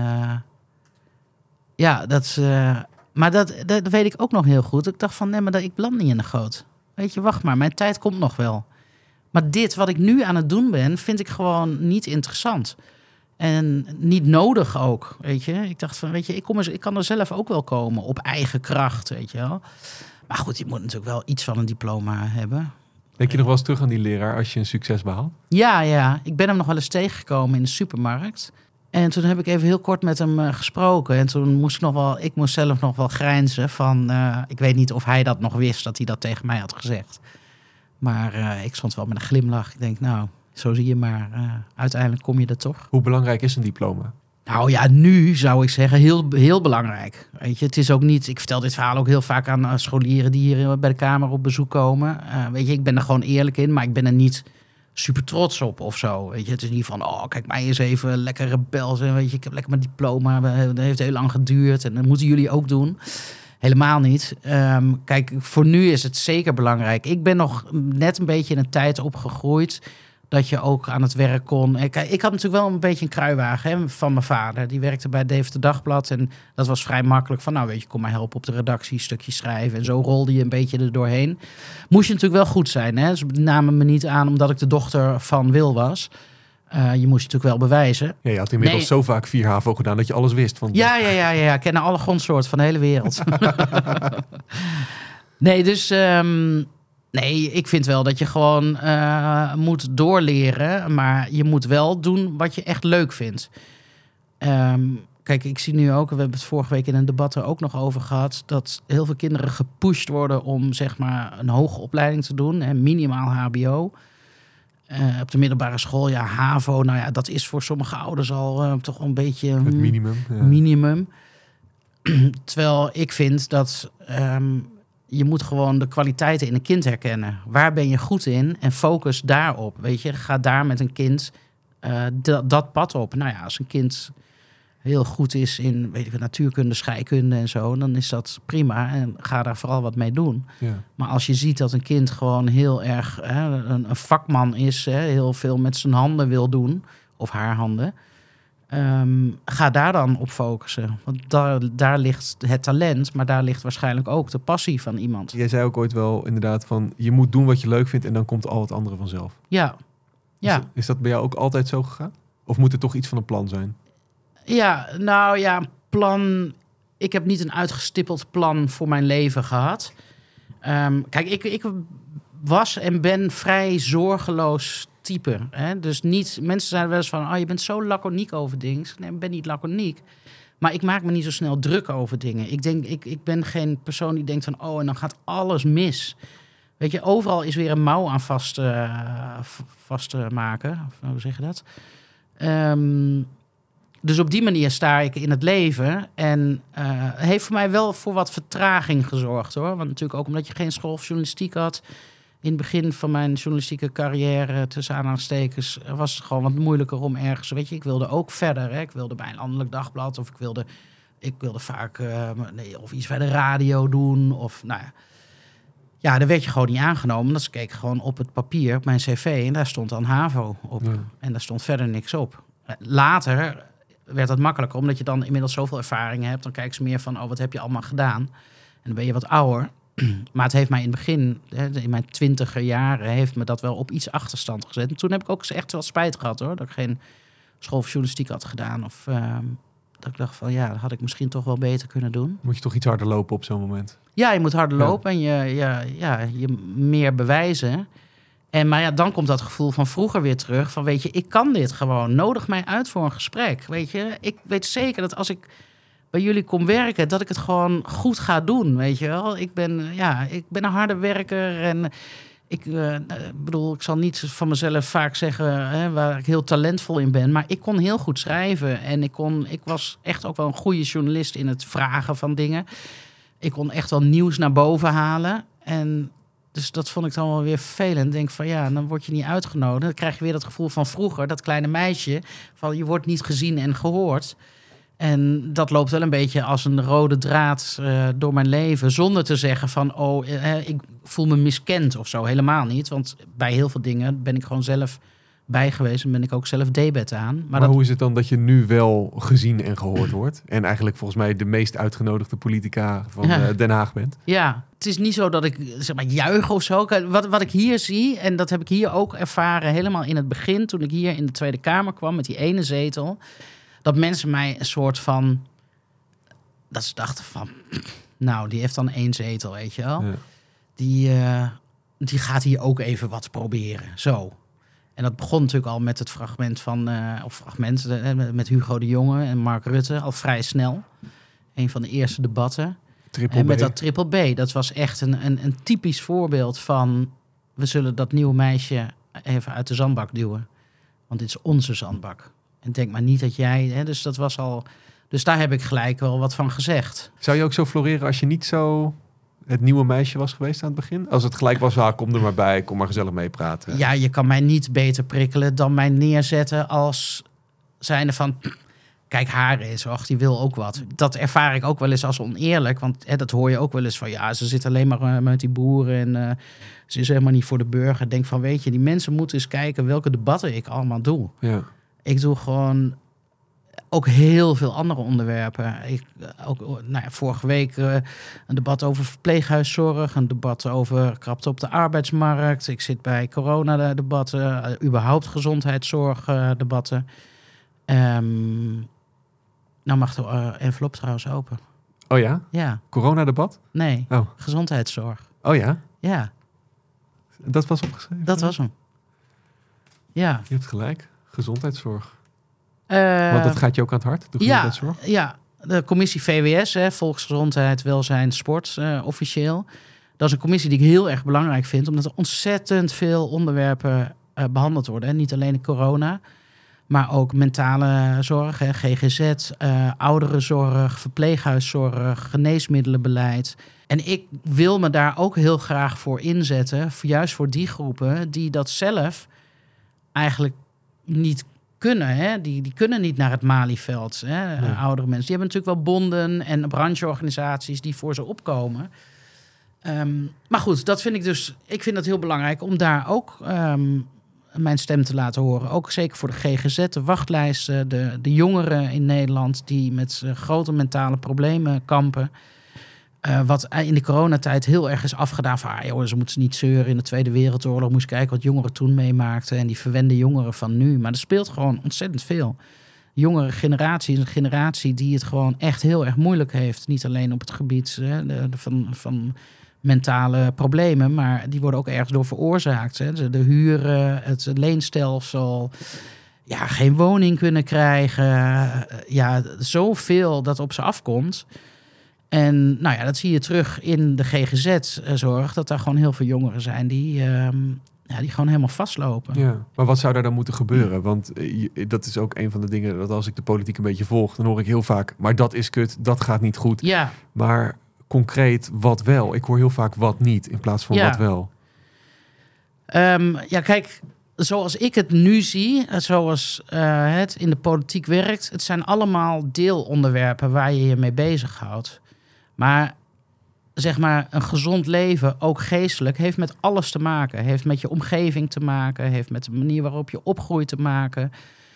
maar dat weet ik ook nog heel goed. Ik dacht van, nee, maar ik beland niet in de goot. Weet je, wacht maar, mijn tijd komt nog wel. Maar dit wat ik nu aan het doen ben, vind ik gewoon niet interessant. En niet nodig ook, weet je. Ik dacht van, weet je, ik kan er zelf ook wel komen op eigen kracht, weet je wel. Maar goed, je moet natuurlijk wel iets van een diploma hebben. Denk je nog wel eens terug aan die leraar als je een succes behaalt? Ja. Ik ben hem nog wel eens tegengekomen in de supermarkt. En toen heb ik even heel kort met hem gesproken. En toen moest ik moest zelf nog wel grijnzen van... ik weet niet of hij dat nog wist, dat hij dat tegen mij had gezegd. Maar ik stond wel met een glimlach. Ik denk, nou, zo zie je maar. Uiteindelijk kom je er toch. Hoe belangrijk is een diploma? Nou ja, nu zou ik zeggen heel, heel belangrijk. Weet je, het is ook niet... Ik vertel dit verhaal ook heel vaak aan scholieren die hier bij de Kamer op bezoek komen. Weet je, ik ben er gewoon eerlijk in, maar ik ben er niet super trots op of zo. Weet je, het is niet van, oh, kijk mij eens even lekker rebel zijn. Weet je, ik heb lekker mijn diploma. Dat heeft heel lang geduurd en dat moeten jullie ook doen. Helemaal niet. Kijk, voor nu is het zeker belangrijk. Ik ben nog net een beetje in een tijd opgegroeid dat je ook aan het werk kon. Ik had natuurlijk wel een beetje een kruiwagen van mijn vader. Die werkte bij Deventer Dagblad. En dat was vrij makkelijk van, nou weet je, kom maar helpen op de redactie, stukjes schrijven. En zo rolde je een beetje er doorheen. Moest je natuurlijk wel goed zijn. Hè? Ze namen me niet aan omdat ik de dochter van Wil was. Je moest natuurlijk wel bewijzen. Ja, je had inmiddels zo vaak 4 HAVO gedaan dat je alles wist. Want Ja. Ik ken alle grondsoorten van de hele wereld. Nee, dus... Nee, ik vind wel dat je gewoon moet doorleren. Maar je moet wel doen wat je echt leuk vindt. Kijk, ik zie nu ook... We hebben het vorige week in een debat er ook nog over gehad... dat heel veel kinderen gepusht worden om zeg maar een hoge opleiding te doen. Hè, minimaal hbo. Op de middelbare school, ja, HAVO. Nou ja, dat is voor sommige ouders al toch een beetje... het minimum. Ja. Minimum. Terwijl ik vind dat... je moet gewoon de kwaliteiten in een kind herkennen. Waar ben je goed in? En focus daarop. Weet je, ga daar met een kind dat pad op. Nou ja, als een kind heel goed is in natuurkunde, scheikunde en zo, dan is dat prima. En ga daar vooral wat mee doen. Ja. Maar als je ziet dat een kind gewoon heel erg een vakman is, heel veel met zijn handen wil doen, of haar handen. Ga daar dan op focussen. Want daar ligt het talent, maar daar ligt waarschijnlijk ook de passie van iemand. Jij zei ook ooit wel inderdaad van, je moet doen wat je leuk vindt en dan komt al het andere vanzelf. Ja. Is dat bij jou ook altijd zo gegaan? Of moet er toch iets van een plan zijn? Ja, nou ja, plan ik heb niet een uitgestippeld plan voor mijn leven gehad. Kijk, ik was en ben vrij zorgeloos type. Hè? Dus niet, mensen zeiden wel eens van, je bent zo laconiek over dingen. Nee, ik ben niet laconiek. Maar ik maak me niet zo snel druk over dingen. Ik ben geen persoon die denkt van, en dan gaat alles mis. Weet je, overal is weer een mouw aan vast te maken. Of, hoe zeg je dat? Dus op die manier sta ik in het leven. En heeft voor mij wel voor wat vertraging gezorgd, hoor. Want natuurlijk ook omdat je geen school of journalistiek had. In het begin van mijn journalistieke carrière, tussen aanhalingstekens, was het gewoon wat moeilijker om ergens... Weet je, ik wilde ook verder. Hè? Ik wilde bij een landelijk dagblad of ik wilde vaak of iets bij de radio doen. Of, nou ja, daar werd je gewoon niet aangenomen. Dus ik keek gewoon op het papier, op mijn cv, en daar stond dan HAVO op. Ja. En daar stond verder niks op. Later werd het makkelijker, omdat je dan inmiddels zoveel ervaring hebt. Dan kijken ze meer van, wat heb je allemaal gedaan? En dan ben je wat ouder. Maar het heeft mij in het begin, in mijn 20er jaren, heeft me dat wel op iets achterstand gezet. En toen heb ik ook echt wel spijt gehad, hoor. Dat ik geen school of journalistiek had gedaan. Of dat ik dacht van, dat had ik misschien toch wel beter kunnen doen. Moet je toch iets harder lopen op zo'n moment? Ja, je moet harder lopen en je meer bewijzen. Maar dan komt dat gevoel van vroeger weer terug. Van, weet je, ik kan dit gewoon. Nodig mij uit voor een gesprek. Weet je, ik weet zeker dat als ik bij jullie kom werken, dat ik het gewoon goed ga doen, weet je wel. Ik ben een harde werker en ik zal niet van mezelf vaak zeggen waar ik heel talentvol in ben, maar ik kon heel goed schrijven en ik was echt ook wel een goede journalist in het vragen van dingen. Ik kon echt wel nieuws naar boven halen en dus dat vond ik dan wel weer vervelend. Denk van dan word je niet uitgenodigd. Dan krijg je weer dat gevoel van vroeger, dat kleine meisje, van je wordt niet gezien en gehoord. En dat loopt wel een beetje als een rode draad door mijn leven. Zonder te zeggen van, ik voel me miskend of zo. Helemaal niet. Want bij heel veel dingen ben ik gewoon zelf bij geweest. En ben ik ook zelf debet aan. Maar hoe is het dan dat je nu wel gezien en gehoord wordt? En eigenlijk volgens mij de meest uitgenodigde politica van Den Haag bent. Ja, het is niet zo dat ik juich of zo. Wat ik hier zie, en dat heb ik hier ook ervaren helemaal in het begin. Toen ik hier in de Tweede Kamer kwam met die ene zetel. Dat mensen mij een soort van, dat ze dachten van, die heeft dan 1 zetel, weet je wel. Ja. Die gaat hier ook even wat proberen, zo. En dat begon natuurlijk al met het fragment met Hugo de Jonge en Mark Rutte, al vrij snel. Een van de eerste debatten. En met dat triple B, dat was echt een typisch voorbeeld van, we zullen dat nieuwe meisje even uit de zandbak duwen. Want dit is onze zandbak. En denk maar niet dat jij... Dus dat was al... Dus daar heb ik gelijk wel wat van gezegd. Zou je ook zo floreren als je niet zo het nieuwe meisje was geweest aan het begin? Als het gelijk was, kom er maar bij, kom maar gezellig meepraten. Ja, je kan mij niet beter prikkelen dan mij neerzetten als zijnde van... Kijk, haar is, die wil ook wat. Dat ervaar ik ook wel eens als oneerlijk. Want dat hoor je ook wel eens van... ze zit alleen maar met die boeren en ze is helemaal niet voor de burger. Denk van, weet je, die mensen moeten eens kijken welke debatten ik allemaal doe. Ja. Ik doe gewoon ook heel veel andere onderwerpen. Vorige week een debat over verpleeghuiszorg, een debat over krapte op de arbeidsmarkt. Ik zit bij corona-debatten, überhaupt gezondheidszorg-debatten. Mag de envelop trouwens open. Oh ja? Ja. Corona-debat? Nee, gezondheidszorg. Oh ja? Ja. Dat was opgeschreven? Dat was hem. Ja. Je hebt gelijk. Gezondheidszorg. Want dat gaat je ook aan het hart, de gezondheidszorg? Ja, de commissie VWS, Volksgezondheid, Welzijn, Sport, officieel. Dat is een commissie die ik heel erg belangrijk vind, omdat er ontzettend veel onderwerpen behandeld worden. Niet alleen corona, maar ook mentale zorg, GGZ, ouderenzorg, verpleeghuiszorg, geneesmiddelenbeleid. En ik wil me daar ook heel graag voor inzetten, juist voor die groepen die dat zelf eigenlijk niet kunnen. Die kunnen niet naar het Malieveld. Nee. Oudere mensen. Die hebben natuurlijk wel bonden en brancheorganisaties die voor ze opkomen. Maar goed, dat vind ik dus... Ik vind het heel belangrijk om daar ook mijn stem te laten horen. Ook zeker voor de GGZ, de wachtlijsten, de jongeren in Nederland die met grote mentale problemen kampen. Wat in de coronatijd heel erg is afgedaan van... ze moeten niet zeuren in de Tweede Wereldoorlog. Moest kijken wat jongeren toen meemaakten. En die verwende jongeren van nu. Maar er speelt gewoon ontzettend veel. jongere generatie is een generatie die het gewoon echt heel erg moeilijk heeft. Niet alleen op het gebied van mentale problemen, maar die worden ook ergens door veroorzaakt. Hè. De huren, het leenstelsel, geen woning kunnen krijgen. Zoveel dat op ze afkomt. En dat zie je terug in de GGZ-zorg, dat daar gewoon heel veel jongeren zijn die gewoon helemaal vastlopen. Ja, maar wat zou daar dan moeten gebeuren? Want dat is ook een van de dingen dat als ik de politiek een beetje volg, dan hoor ik heel vaak, maar dat is kut, dat gaat niet goed. Ja. Maar concreet, wat wel? Ik hoor heel vaak wat niet in plaats van wat wel. Kijk, zoals ik het nu zie, zoals het in de politiek werkt, het zijn allemaal deelonderwerpen waar je je mee bezighoudt. Maar zeg maar, een gezond leven, ook geestelijk, heeft met alles te maken. Heeft met je omgeving te maken, heeft met de manier waarop je opgroeit te maken.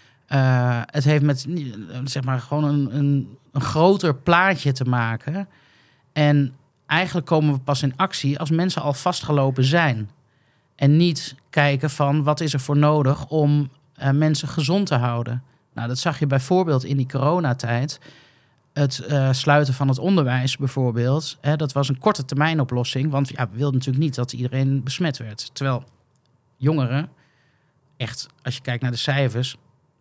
Het heeft met, zeg maar, gewoon een groter plaatje te maken. En eigenlijk komen we pas in actie als mensen al vastgelopen zijn. En niet kijken van wat is er voor nodig om mensen gezond te houden. Nou, dat zag je bijvoorbeeld in die coronatijd. Het sluiten van het onderwijs bijvoorbeeld. Dat was een korte termijn oplossing. Want we wilden natuurlijk niet dat iedereen besmet werd. Terwijl jongeren, echt, als je kijkt naar de cijfers,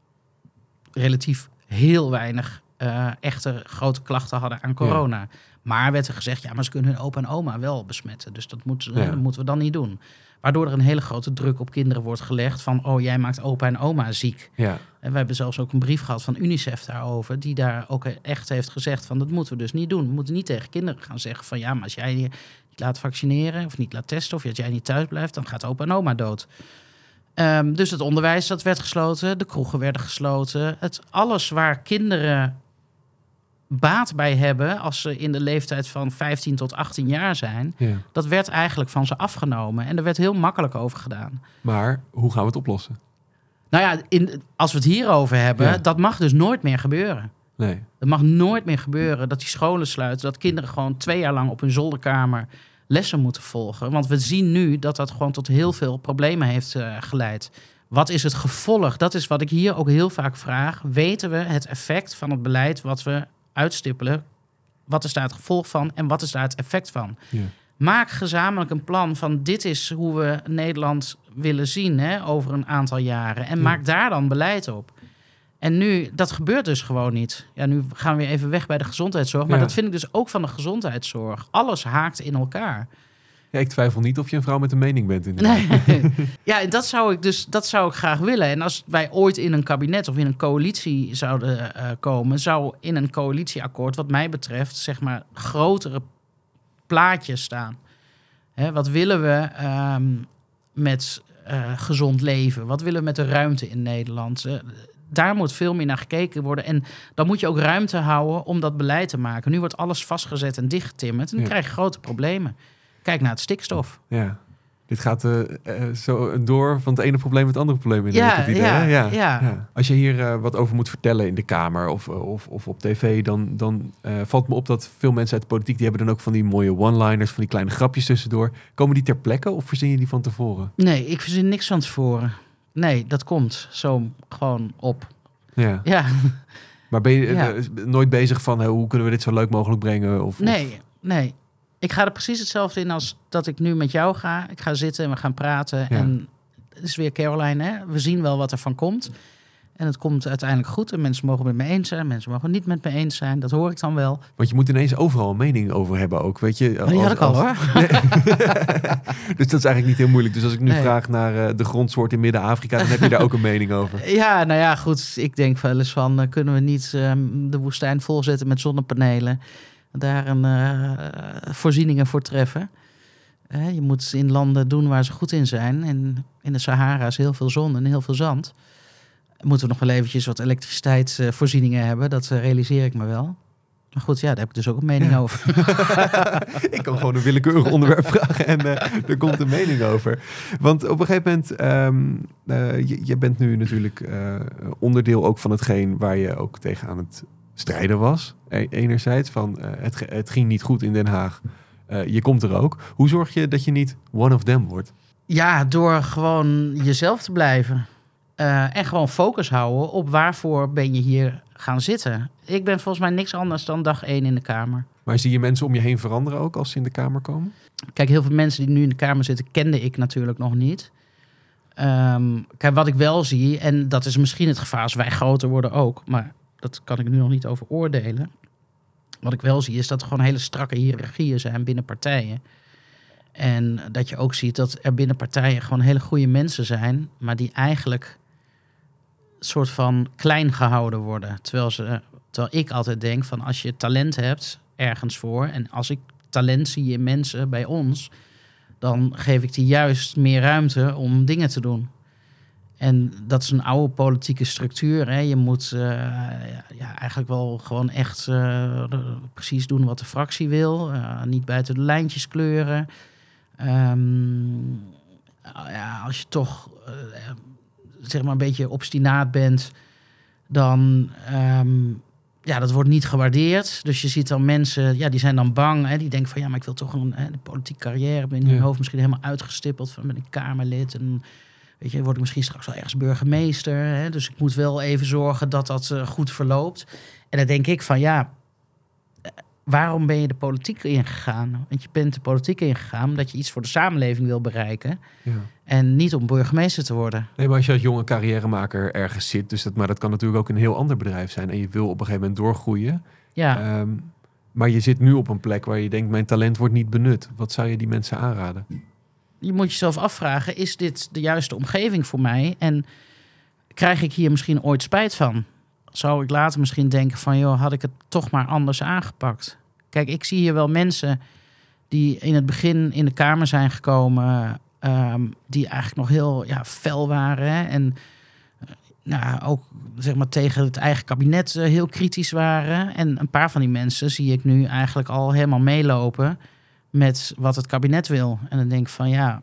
relatief heel weinig echte grote klachten hadden aan corona. Ja. Maar werd er gezegd, maar ze kunnen hun opa en oma wel besmetten. Dus dat moeten we dan niet doen. Waardoor er een hele grote druk op kinderen wordt gelegd van, jij maakt opa en oma ziek. Ja. En we hebben zelfs ook een brief gehad van UNICEF daarover, die daar ook echt heeft gezegd van, dat moeten we dus niet doen. We moeten niet tegen kinderen gaan zeggen van, maar als jij je niet laat vaccineren of niet laat testen of als jij niet thuis blijft, dan gaat opa en oma dood. Dus het onderwijs, dat werd gesloten, de kroegen werden gesloten. Alles waar kinderen baat bij hebben als ze in de leeftijd van 15 tot 18 jaar zijn, dat werd eigenlijk van ze afgenomen. En er werd heel makkelijk over gedaan. Maar hoe gaan we het oplossen? Als we het hierover hebben, dat mag dus nooit meer gebeuren. Nee. Het mag nooit meer gebeuren dat die scholen sluiten, dat kinderen gewoon 2 jaar lang op hun zolderkamer lessen moeten volgen. Want we zien nu dat dat gewoon tot heel veel problemen heeft geleid. Wat is het gevolg? Dat is wat ik hier ook heel vaak vraag. Weten we het effect van het beleid wat we uitstippelen? Wat is daar het gevolg van en wat is daar het effect van? Ja. Maak gezamenlijk een plan van dit is hoe we Nederland willen zien over een aantal jaren. En maak daar dan beleid op. En nu, dat gebeurt dus gewoon niet. Ja, nu gaan we weer even weg bij de gezondheidszorg. Maar dat vind ik dus ook van de gezondheidszorg. Alles haakt in elkaar. Ja, ik twijfel niet of je een vrouw met een mening bent. Inderdaad. Nee. Ja, dat zou ik graag willen. En als wij ooit in een kabinet of in een coalitie zouden komen, zou in een coalitieakkoord, wat mij betreft, zeg maar, grotere plaatjes staan. Wat willen we met gezond leven? Wat willen we met de ruimte in Nederland? Daar moet veel meer naar gekeken worden. En dan moet je ook ruimte houden om dat beleid te maken. Nu wordt alles vastgezet en dichtgetimmerd. En dan krijg je grote problemen. Kijk naar het stikstof. Ja, dit gaat zo door van het ene probleem het andere probleem. Ja. Als je hier wat over moet vertellen in de Kamer of op tv, dan valt me op dat veel mensen uit de politiek, die hebben dan ook van die mooie one-liners, van die kleine grapjes tussendoor. Komen die ter plekke of verzin je die van tevoren? Nee, ik verzin niks van tevoren. Nee, dat komt zo gewoon op. Ja. Maar ben je nooit bezig van hoe kunnen we dit zo leuk mogelijk brengen? Nee. Ik ga er precies hetzelfde in als dat ik nu met jou ga. Ik ga zitten en we gaan praten. Ja. En het is weer Caroline, we zien wel wat er van komt. En het komt uiteindelijk goed. En mensen mogen het met me eens zijn. Mensen mogen het niet met me eens zijn. Dat hoor ik dan wel. Want je moet ineens overal een mening over hebben ook, weet je. Die had ik al, hoor. Nee. Dus dat is eigenlijk niet heel moeilijk. Dus als ik nu vraag naar de grondsoort in Midden-Afrika, dan heb je daar ook een mening over. Ja, goed. Ik denk wel eens van, kunnen we niet de woestijn volzetten met zonnepanelen? Daar voorzieningen voor treffen. Je moet in landen doen waar ze goed in zijn. En in de Sahara is heel veel zon en heel veel zand. Moeten we nog wel eventjes wat elektriciteitsvoorzieningen hebben. Dat realiseer ik me wel. Maar goed, daar heb ik dus ook een mening over. Ik kan gewoon een willekeurig onderwerp vragen en er komt een mening over. Want op een gegeven moment, je bent nu natuurlijk onderdeel ook van hetgeen waar je ook tegen aan het strijden was. Enerzijds van het ging niet goed in Den Haag. Je komt er ook. Hoe zorg je dat je niet one of them wordt? Ja, door gewoon jezelf te blijven. En gewoon focus houden op waarvoor ben je hier gaan zitten. Ik ben volgens mij niks anders dan dag 1 in de Kamer. Maar zie je mensen om je heen veranderen ook als ze in de Kamer komen? Kijk, heel veel mensen die nu in de Kamer zitten, kende ik natuurlijk nog niet. Kijk, wat ik wel zie, en dat is misschien het gevaar als wij groter worden ook, maar dat kan ik nu nog niet over oordelen. Wat ik wel zie, is dat er gewoon hele strakke hiërarchieën zijn binnen partijen. En dat je ook ziet dat er binnen partijen gewoon hele goede mensen zijn, maar die eigenlijk soort van klein gehouden worden. Terwijl ik altijd denk van als je talent hebt ergens voor, en als ik talent zie in mensen bij ons, dan geef ik die juist meer ruimte om dingen te doen. En dat is een oude politieke structuur. Hè. Je moet eigenlijk wel gewoon echt precies doen wat de fractie wil. Niet buiten de lijntjes kleuren. Als je toch zeg maar een beetje obstinaat bent, dan dat wordt niet gewaardeerd. Dus je ziet dan mensen, die zijn dan bang. Hè, die denken van, maar ik wil toch een politieke carrière. Ben in hun hoofd misschien helemaal uitgestippeld. Van ben ik Kamerlid en weet je, word ik misschien straks wel ergens burgemeester. Hè, dus ik moet wel even zorgen dat dat goed verloopt. En dan denk ik van, waarom ben je de politiek ingegaan? Want je bent de politiek ingegaan omdat je iets voor de samenleving wil bereiken. Ja. En niet om burgemeester te worden. Nee, maar als je als jonge carrièremaker ergens zit, maar dat kan natuurlijk ook een heel ander bedrijf zijn. En je wil op een gegeven moment doorgroeien. Ja. Maar je zit nu op een plek waar je denkt, mijn talent wordt niet benut. Wat zou je die mensen aanraden? Je moet jezelf afvragen, is dit de juiste omgeving voor mij? En krijg ik hier misschien ooit spijt van? Zou ik later misschien denken van, had ik het toch maar anders aangepakt? Kijk, ik zie hier wel mensen die in het begin in de Kamer zijn gekomen, die eigenlijk nog heel fel waren. Hè? En ook zeg maar tegen het eigen kabinet heel kritisch waren. En een paar van die mensen zie ik nu eigenlijk al helemaal meelopen met wat het kabinet wil. En dan denk ik van,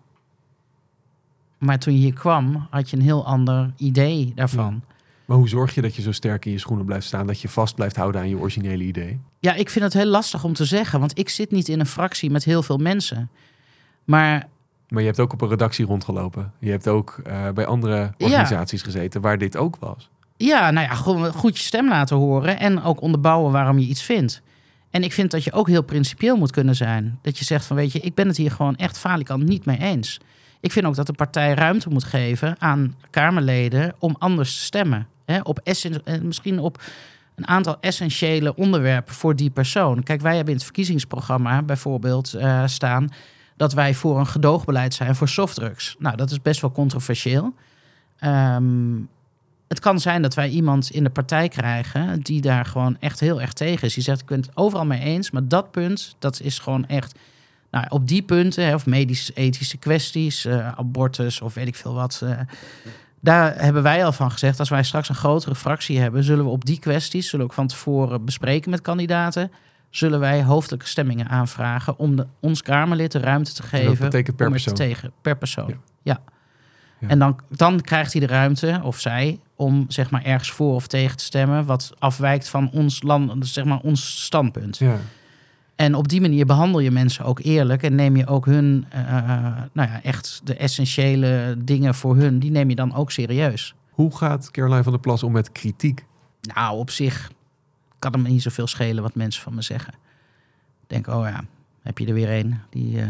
maar toen je hier kwam, had je een heel ander idee daarvan. Ja. Maar hoe zorg je dat je zo sterk in je schoenen blijft staan, dat je vast blijft houden aan je originele idee? Ja, ik vind het heel lastig om te zeggen, want ik zit niet in een fractie met heel veel mensen. Maar je hebt ook op een redactie rondgelopen. Je hebt ook bij andere organisaties gezeten waar dit ook was. Ja, gewoon goed je stem laten horen en ook onderbouwen waarom je iets vindt. En ik vind dat je ook heel principieel moet kunnen zijn. Dat je zegt van, weet je, ik ben het hier gewoon echt falikant niet mee eens. Ik vind ook dat de partij ruimte moet geven aan Kamerleden om anders te stemmen. Hè, misschien op een aantal essentiële onderwerpen voor die persoon. Kijk, wij hebben in het verkiezingsprogramma bijvoorbeeld staan dat wij voor een gedoogbeleid zijn voor softdrugs. Nou, dat is best wel controversieel. Het kan zijn dat wij iemand in de partij krijgen die daar gewoon echt heel erg tegen is. Die zegt, ik ben het overal mee eens, maar dat punt, dat is gewoon echt... Nou, op die punten, of medisch-ethische kwesties, abortus of weet ik veel wat... daar hebben wij al van gezegd, als wij straks een grotere fractie hebben, zullen we op die kwesties, zullen we ook van tevoren bespreken met kandidaten, zullen wij hoofdelijke stemmingen aanvragen om ons Kamerlid de ruimte te geven. Dat betekent per persoon? Per persoon, ja. En dan krijgt hij de ruimte, of zij, om zeg maar ergens voor of tegen te stemmen, wat afwijkt van ons land, zeg maar ons standpunt. Ja. En op die manier behandel je mensen ook eerlijk en neem je ook hun, echt de essentiële dingen voor hun, die neem je dan ook serieus. Hoe gaat Caroline van der Plas om met kritiek? Nou, op zich kan het me niet zoveel schelen wat mensen van me zeggen. Ik denk, heb je er weer een die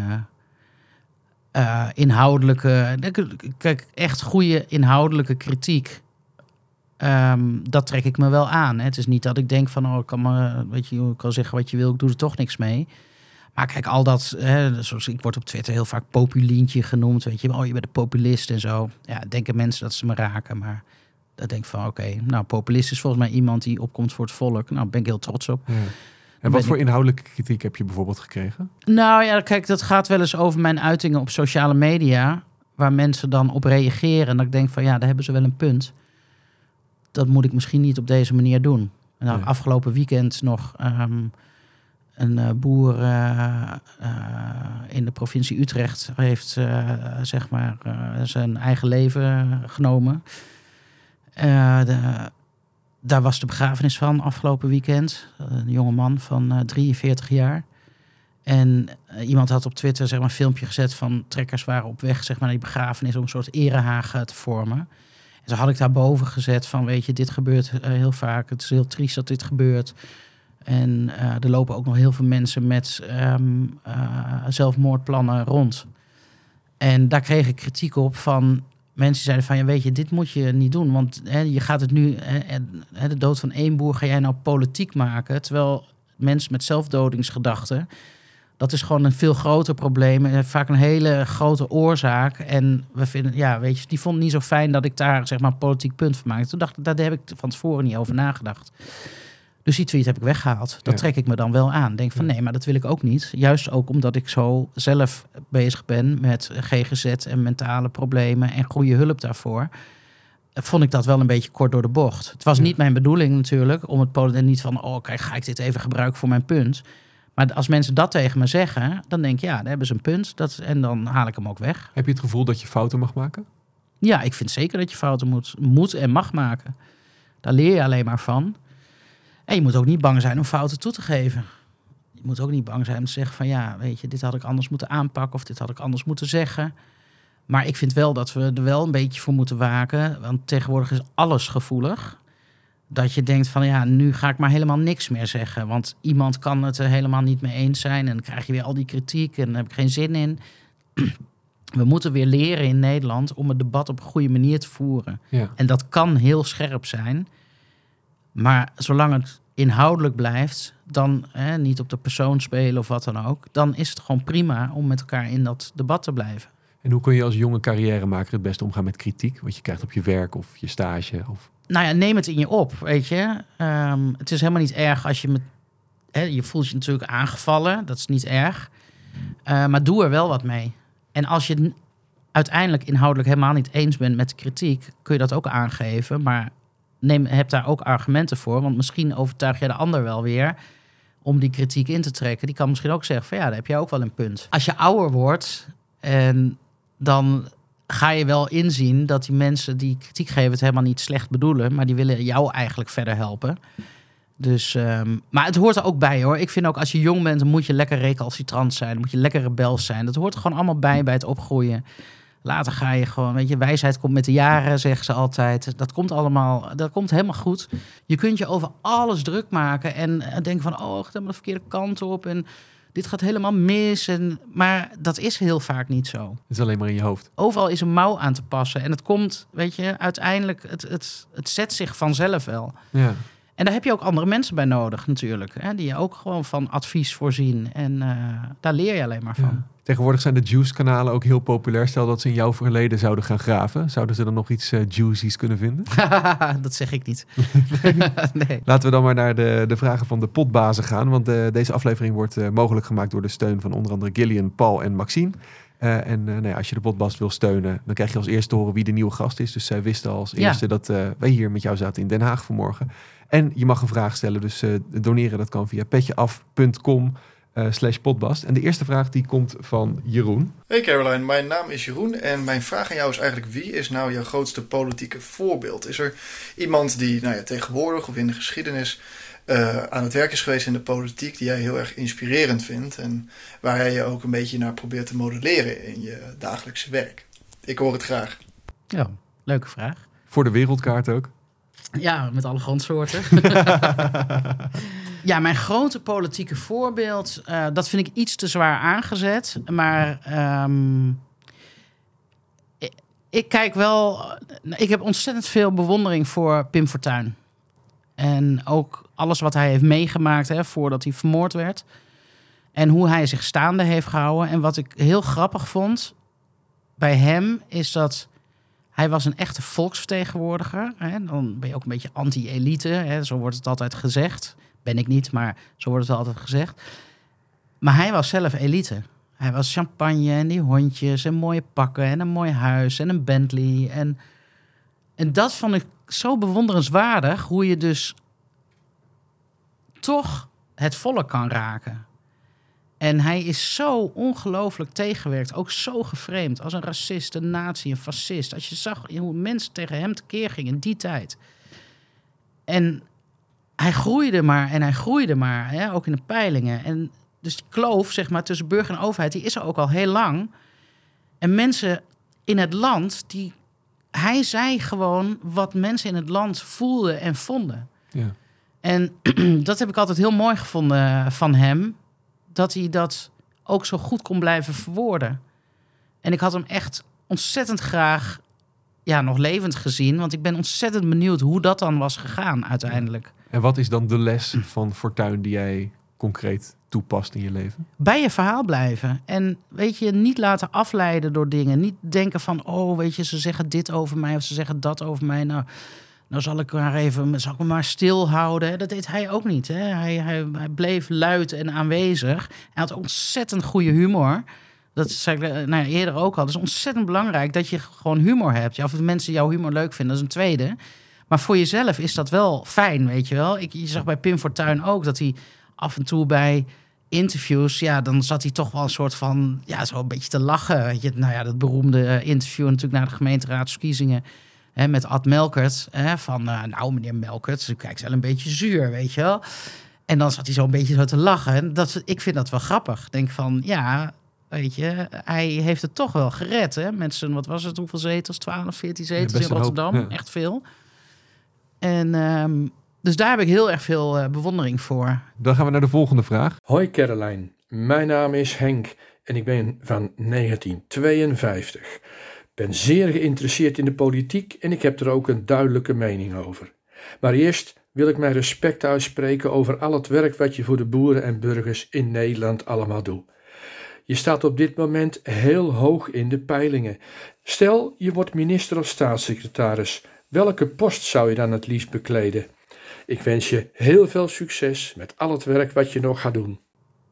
inhoudelijke... Kijk, echt goede inhoudelijke kritiek. Dat trek ik me wel aan. Hè. Het is niet dat ik denk van, ik kan zeggen wat je wil, ik doe er toch niks mee. Maar kijk, al dat, zoals ik word op Twitter heel vaak populientje genoemd, weet je, je bent een populist en zo. Ja, denken mensen dat ze me raken, maar dat denk ik van, populist is volgens mij iemand die opkomt voor het volk. Nou, ben ik heel trots op. Ja. En wat voor inhoudelijke kritiek heb je bijvoorbeeld gekregen? Nou ja, kijk, dat gaat wel eens over mijn uitingen op sociale media, waar mensen dan op reageren. En dat ik denk van, daar hebben ze wel een punt. Dat moet ik misschien niet op deze manier doen. En afgelopen weekend nog een boer in de provincie Utrecht heeft zijn eigen leven genomen. Daar was de begrafenis van afgelopen weekend. Een jongeman van 43 jaar. En iemand had op Twitter een filmpje gezet van trekkers waren op weg naar die begrafenis om een soort erehaag te vormen. Dus had ik daarboven gezet van, weet je, dit gebeurt heel vaak. Het is heel triest dat dit gebeurt. En er lopen ook nog heel veel mensen met zelfmoordplannen rond. En daar kreeg ik kritiek op van mensen die zeiden van, ja, weet je, dit moet je niet doen. Want je gaat het nu, de dood van één boer ga jij nou politiek maken. Terwijl mensen met zelfdodingsgedachten, dat is gewoon een veel groter probleem. En vaak een hele grote oorzaak. En we vinden, ja, weet je, die vond het niet zo fijn dat ik daar, zeg maar, een politiek punt van maakte. Toen dacht ik, daar heb ik van tevoren niet over nagedacht. Dus die tweet heb ik weggehaald. Dat trek ik me dan wel aan. Denk van, nee, maar dat wil ik ook niet. Juist ook omdat ik zo zelf bezig ben met GGZ en mentale problemen en goede hulp daarvoor. Vond ik dat wel een beetje kort door de bocht. Het was niet mijn bedoeling natuurlijk om het niet van, oh kijk, ga ik dit even gebruiken voor mijn punt. Maar als mensen dat tegen me zeggen, dan denk ik, ja, dan hebben ze een punt. En dan haal ik hem ook weg. Heb je het gevoel dat je fouten mag maken? Ja, ik vind zeker dat je fouten moet en mag maken. Daar leer je alleen maar van. En je moet ook niet bang zijn om fouten toe te geven. Je moet ook niet bang zijn om te zeggen van, ja, weet je, dit had ik anders moeten aanpakken of dit had ik anders moeten zeggen. Maar ik vind wel dat we er wel een beetje voor moeten waken. Want tegenwoordig is alles gevoelig. Dat je denkt van, ja, nu ga ik maar helemaal niks meer zeggen. Want iemand kan het er helemaal niet mee eens zijn. En dan krijg je weer al die kritiek en daar heb ik geen zin in. We moeten weer leren in Nederland om het debat op een goede manier te voeren. Ja. En dat kan heel scherp zijn. Maar zolang het inhoudelijk blijft, dan niet op de persoon spelen of wat dan ook, dan is het gewoon prima om met elkaar in dat debat te blijven. En hoe kun je als jonge carrièremaker het beste omgaan met kritiek? Wat je krijgt op je werk of je stage? Of... Nou ja, neem het in je op, weet je. Het is helemaal niet erg als je je voelt je natuurlijk aangevallen. Dat is niet erg. Maar doe er wel wat mee. En als je uiteindelijk inhoudelijk helemaal niet eens bent met de kritiek, kun je dat ook aangeven. Maar heb daar ook argumenten voor. Want misschien overtuig je de ander wel weer om die kritiek in te trekken. Die kan misschien ook zeggen van, ja, daar heb jij ook wel een punt. Als je ouder wordt, en dan ga je wel inzien dat die mensen die kritiek geven het helemaal niet slecht bedoelen, maar die willen jou eigenlijk verder helpen. Dus, maar het hoort er ook bij, hoor. Ik vind ook, als je jong bent, dan moet je lekker recalcitrant zijn. Dan moet je lekker rebels zijn. Dat hoort er gewoon allemaal bij het opgroeien. Later ga je gewoon, weet je, wijsheid komt met de jaren, zeggen ze altijd. Dat komt helemaal goed. Je kunt je over alles druk maken en denken van, oh, het gaat helemaal de verkeerde kant op en dit gaat helemaal mis. Maar dat is heel vaak niet zo. Het is alleen maar in je hoofd. Overal is een mouw aan te passen. En het komt, weet je, uiteindelijk, het zet zich vanzelf wel. Ja. En daar heb je ook andere mensen bij nodig natuurlijk. Hè, die je ook gewoon van advies voorzien. En daar leer je alleen maar van. Ja. Tegenwoordig zijn de Juice-kanalen ook heel populair. Stel dat ze in jouw verleden zouden gaan graven. Zouden ze dan nog iets juicy's kunnen vinden? Dat zeg ik niet. Nee. Laten we dan maar naar de vragen van de potbazen gaan. Want deze aflevering wordt mogelijk gemaakt door de steun van onder andere Gillian, Paul en Maxine. Als je de potbas wil steunen, dan krijg je als eerste te horen wie de nieuwe gast is. Dus zij wisten als eerste dat wij hier met jou zaten in Den Haag vanmorgen. En je mag een vraag stellen, dus doneren dat kan via petjeaf.com/potbast. En de eerste vraag die komt van Jeroen. Hey Caroline, mijn naam is Jeroen en mijn vraag aan jou is eigenlijk: wie is nou jouw grootste politieke voorbeeld? Is er iemand die tegenwoordig of in de geschiedenis aan het werk is geweest in de politiek die jij heel erg inspirerend vindt en waar jij je ook een beetje naar probeert te modelleren in je dagelijkse werk? Ik hoor het graag. Ja, leuke vraag. Voor de wereldkaart ook. Ja, met alle grondsoorten. Ja, mijn grote politieke voorbeeld, dat vind ik iets te zwaar aangezet. Maar ik kijk wel. Ik heb ontzettend veel bewondering voor Pim Fortuyn. En ook alles wat hij heeft meegemaakt voordat hij vermoord werd. En hoe hij zich staande heeft gehouden. En wat ik heel grappig vond bij hem is dat hij was een echte volksvertegenwoordiger. Dan ben je ook een beetje anti-elite. Zo wordt het altijd gezegd. Ben ik niet, maar zo wordt het altijd gezegd. Maar hij was zelf elite. Hij was champagne en die hondjes en mooie pakken en een mooi huis en een Bentley. En dat vond ik zo bewonderenswaardig, hoe je dus toch het volk kan raken. En hij is zo ongelooflijk tegengewerkt, ook zo geframed als een racist, een nazi, een fascist. Als je zag hoe mensen tegen hem tekeer gingen in die tijd. En hij groeide maar, ook in de peilingen. En dus die kloof, zeg maar, tussen burger en overheid, die is er ook al heel lang. En mensen in het land, die hij zei gewoon wat mensen in het land voelden en vonden. Ja. En dat heb ik altijd heel mooi gevonden van hem. Dat hij dat ook zo goed kon blijven verwoorden. En ik had hem echt ontzettend graag nog levend gezien. Want ik ben ontzettend benieuwd hoe dat dan was gegaan uiteindelijk. En wat is dan de les van Fortuyn die jij concreet toepast in je leven? Bij je verhaal blijven. En weet je, niet laten afleiden door dingen. Niet denken van, weet je, ze zeggen dit over mij of ze zeggen dat over mij. Nou zal ik me maar stilhouden. Dat deed hij ook niet. Hè? Hij bleef luid en aanwezig. Hij had ontzettend goede humor. Dat zei ik eerder ook al. Het is ontzettend belangrijk dat je gewoon humor hebt. Ja, of de mensen jouw humor leuk vinden, dat is een tweede. Maar voor jezelf is dat wel fijn, weet je wel. Je zag bij Pim Fortuyn ook dat hij af en toe bij interviews, dan zat hij toch wel een soort van, zo een beetje te lachen. Weet je, dat beroemde interview natuurlijk na de gemeenteraadsverkiezingen met Ad Melkert. Van, meneer Melkert, u kijkt wel een beetje zuur, weet je wel. En dan zat hij zo een beetje zo te lachen. En ik vind dat wel grappig. Ik denk van, weet je, hij heeft het toch wel gered. Hè? Met zijn, wat was het, hoeveel zetels? 12, 14 zetels in Rotterdam. Hoop, ja. Echt veel. En dus daar heb ik heel erg veel bewondering voor. Dan gaan we naar de volgende vraag. Hoi Caroline, mijn naam is Henk en ik ben van 1952. Ik ben zeer geïnteresseerd in de politiek en ik heb er ook een duidelijke mening over. Maar eerst wil ik mijn respect uitspreken over al het werk wat je voor de boeren en burgers in Nederland allemaal doet. Je staat op dit moment heel hoog in de peilingen. Stel, je wordt minister of staatssecretaris. Welke post zou je dan het liefst bekleden? Ik wens je heel veel succes met al het werk wat je nog gaat doen.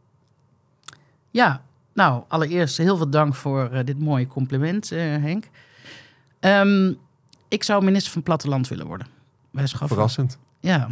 Ja, nou, allereerst heel veel dank voor dit mooie compliment, Henk. Ik zou minister van Platteland willen worden. Verrassend. Ja.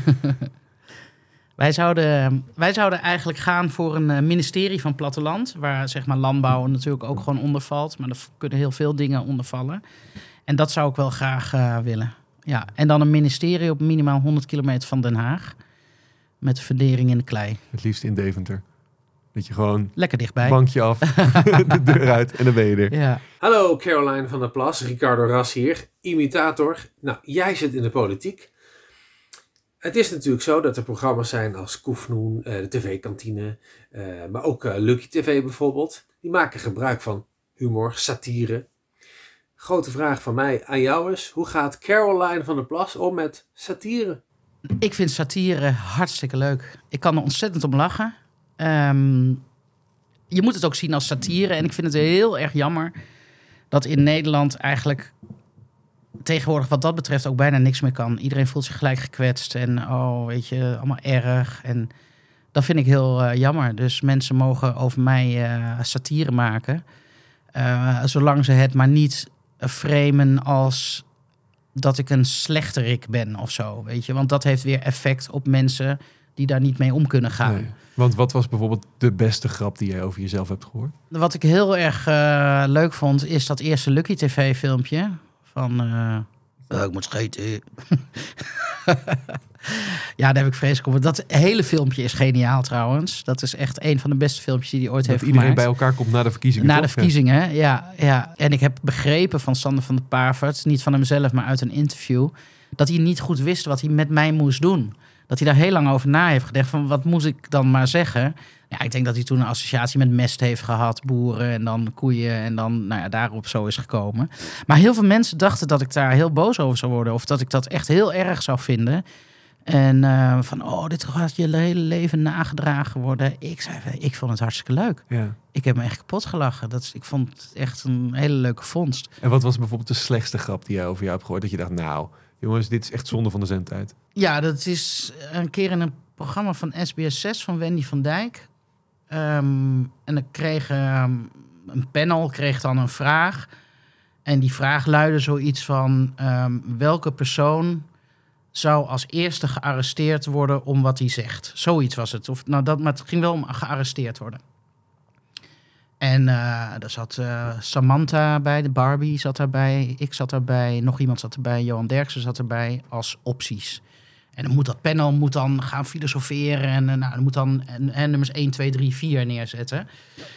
Wij zouden eigenlijk gaan voor een ministerie van Platteland, waar zeg maar landbouw natuurlijk ook gewoon onder valt. Maar er kunnen heel veel dingen onder vallen. En dat zou ik wel graag willen. Ja. En dan een ministerie op minimaal 100 kilometer van Den Haag. Met fundering in de klei. Het liefst in Deventer. Dat je gewoon lekker dichtbij. Bankje af, de deur uit en dan ben je er. Ja. Hallo Caroline van der Plas, Ricardo Ras hier, imitator. Nou, jij zit in de politiek. Het is natuurlijk zo dat er programma's zijn als Koefnoen, de tv-kantine, maar ook Lucky TV bijvoorbeeld. Die maken gebruik van humor, satire. Grote vraag van mij aan jou is, hoe gaat Caroline van der Plas om met satire? Ik vind satire hartstikke leuk. Ik kan er ontzettend om lachen. Je moet het ook zien als satire. En ik vind het heel erg jammer dat in Nederland eigenlijk tegenwoordig wat dat betreft ook bijna niks meer kan. Iedereen voelt zich gelijk gekwetst en weet je, allemaal erg. En dat vind ik heel jammer. Dus mensen mogen over mij satire maken. Zolang ze het maar niet framen als dat ik een slechterik ben of zo, weet je. Want dat heeft weer effect op mensen die daar niet mee om kunnen gaan. Nee. Want wat was bijvoorbeeld de beste grap die jij over jezelf hebt gehoord? Wat ik heel erg leuk vond, is dat eerste Lucky TV filmpje van ik moet scheten. Ja, daar heb ik vreselijk op. Dat hele filmpje is geniaal trouwens. Dat is echt een van de beste filmpjes die hij ooit heeft gemaakt. Dat iedereen bij elkaar komt na de verkiezingen. Na de verkiezingen, ja. En ik heb begrepen van Sander van der Pavert, niet van hemzelf, maar uit een interview, dat hij niet goed wist wat hij met mij moest doen. Dat hij daar heel lang over na heeft gedacht van wat moest ik dan maar zeggen. Ja, ik denk dat hij toen een associatie met mest heeft gehad, boeren en dan koeien en dan daarop zo is gekomen. Maar heel veel mensen dachten dat ik daar heel boos over zou worden of dat ik dat echt heel erg zou vinden. En van, dit gaat je hele leven nagedragen worden. Ik vond het hartstikke leuk. Ja. Ik heb me echt kapot gelachen. Ik vond het echt een hele leuke vondst. En wat was bijvoorbeeld de slechtste grap die jij over jou hebt gehoord? Dat je dacht, nou, jongens, dit is echt zonde van de zendtijd. Ja, dat is een keer in een programma van SBS 6 van Wendy van Dijk. En dan kreeg een panel kreeg dan een vraag. En die vraag luidde zoiets van, welke persoon zou als eerste gearresteerd worden om wat hij zegt. Zoiets was het. Maar het ging wel om gearresteerd worden. En daar zat Samantha bij, de Barbie zat daarbij, ik zat daarbij, nog iemand zat erbij, Johan Derksen zat erbij als opties. En dan moet dat panel gaan filosoferen en dan moet dan nummers 1, 2, 3, 4 neerzetten.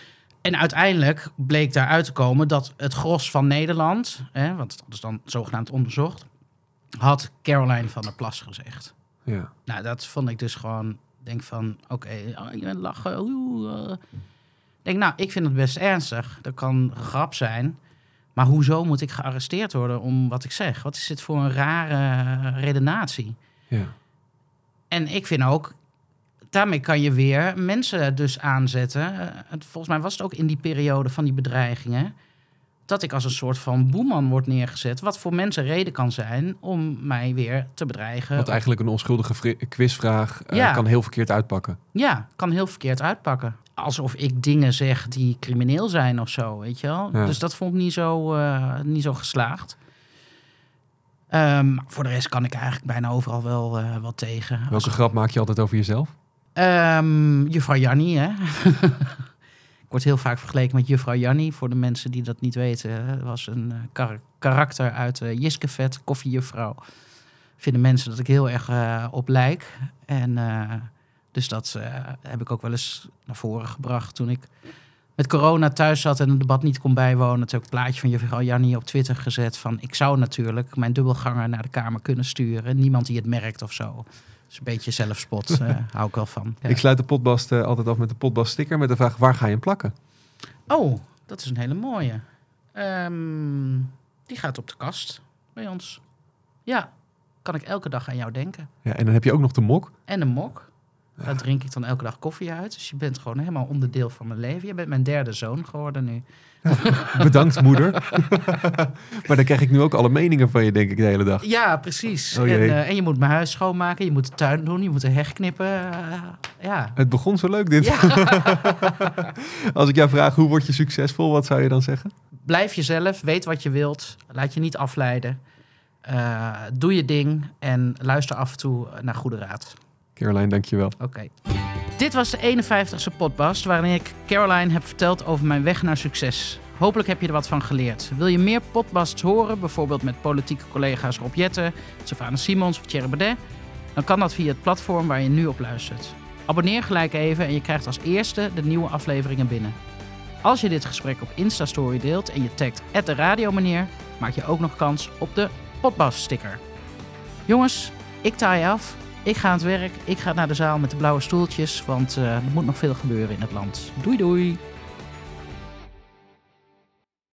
En uiteindelijk bleek daaruit te komen dat het gros van Nederland, want dat is dan zogenaamd onderzocht, had Caroline van der Plas gezegd. Ja. Nou, dat vond ik dus gewoon, denk van, oké, lachen. Denk, nou, ik vind het best ernstig. Dat kan een grap zijn. Maar hoezo moet ik gearresteerd worden om wat ik zeg? Wat is dit voor een rare redenatie? Ja. En ik vind ook, daarmee kan je weer mensen dus aanzetten. Volgens mij was het ook in die periode van die bedreigingen, dat ik als een soort van boeman word neergezet. Wat voor mensen reden kan zijn om mij weer te bedreigen. Wat eigenlijk een onschuldige quizvraag kan heel verkeerd uitpakken. Ja, kan heel verkeerd uitpakken. Alsof ik dingen zeg die crimineel zijn of zo, weet je wel. Ja. Dus dat vond ik niet zo geslaagd. Voor de rest kan ik eigenlijk bijna overal wel tegen. Welke grap maak je altijd over jezelf? Juffrouw Jannie, hè. Ik word heel vaak vergeleken met Juffrouw Jannie. Voor de mensen die dat niet weten, was een karakter uit Jiskevet, koffiejuffrouw. Vinden mensen dat ik heel erg op lijk. En dus dat heb ik ook wel eens naar voren gebracht toen ik met corona thuis zat en het debat niet kon bijwonen. Toen heb ik een plaatje van Juffrouw Jannie op Twitter gezet van, ik zou natuurlijk mijn dubbelganger naar de Kamer kunnen sturen. Niemand die het merkt of zo. Dus een beetje zelfspot, hou ik wel van. Ja. Ik sluit de potbast altijd af met de potbast sticker met de vraag, waar ga je hem plakken? Oh, dat is een hele mooie. Die gaat op de kast bij ons. Ja, kan ik elke dag aan jou denken. Ja, en dan heb je ook nog de mok. En een mok. Daar drink ik dan elke dag koffie uit. Dus je bent gewoon helemaal onderdeel van mijn leven. Je bent mijn derde zoon geworden nu. Bedankt, moeder. Maar dan krijg ik nu ook alle meningen van je, denk ik, de hele dag. Ja, precies. Oh jee. En je moet mijn huis schoonmaken. Je moet de tuin doen. Je moet de heg knippen. Ja. Het begon zo leuk, dit. Ja. Als ik jou vraag, hoe word je succesvol? Wat zou je dan zeggen? Blijf jezelf. Weet wat je wilt. Laat je niet afleiden. Doe je ding. En luister af en toe naar goede raad. Caroline, dank je wel. Oké. Dit was de 51ste podcast waarin ik Caroline heb verteld over mijn weg naar succes. Hopelijk heb je er wat van geleerd. Wil je meer podcasts horen, bijvoorbeeld met politieke collega's Rob Jetten, Sylvana Simons of Thierry Baudet? Dan kan dat via het platform waar je nu op luistert. Abonneer gelijk even en je krijgt als eerste de nieuwe afleveringen binnen. Als je dit gesprek op Instastory deelt en je tagt @deradiomeneer, maak je ook nog kans op de podcast-sticker. Jongens, ik taai af. Ik ga aan het werk. Ik ga naar de zaal met de blauwe stoeltjes, want er moet nog veel gebeuren in het land. Doei doei!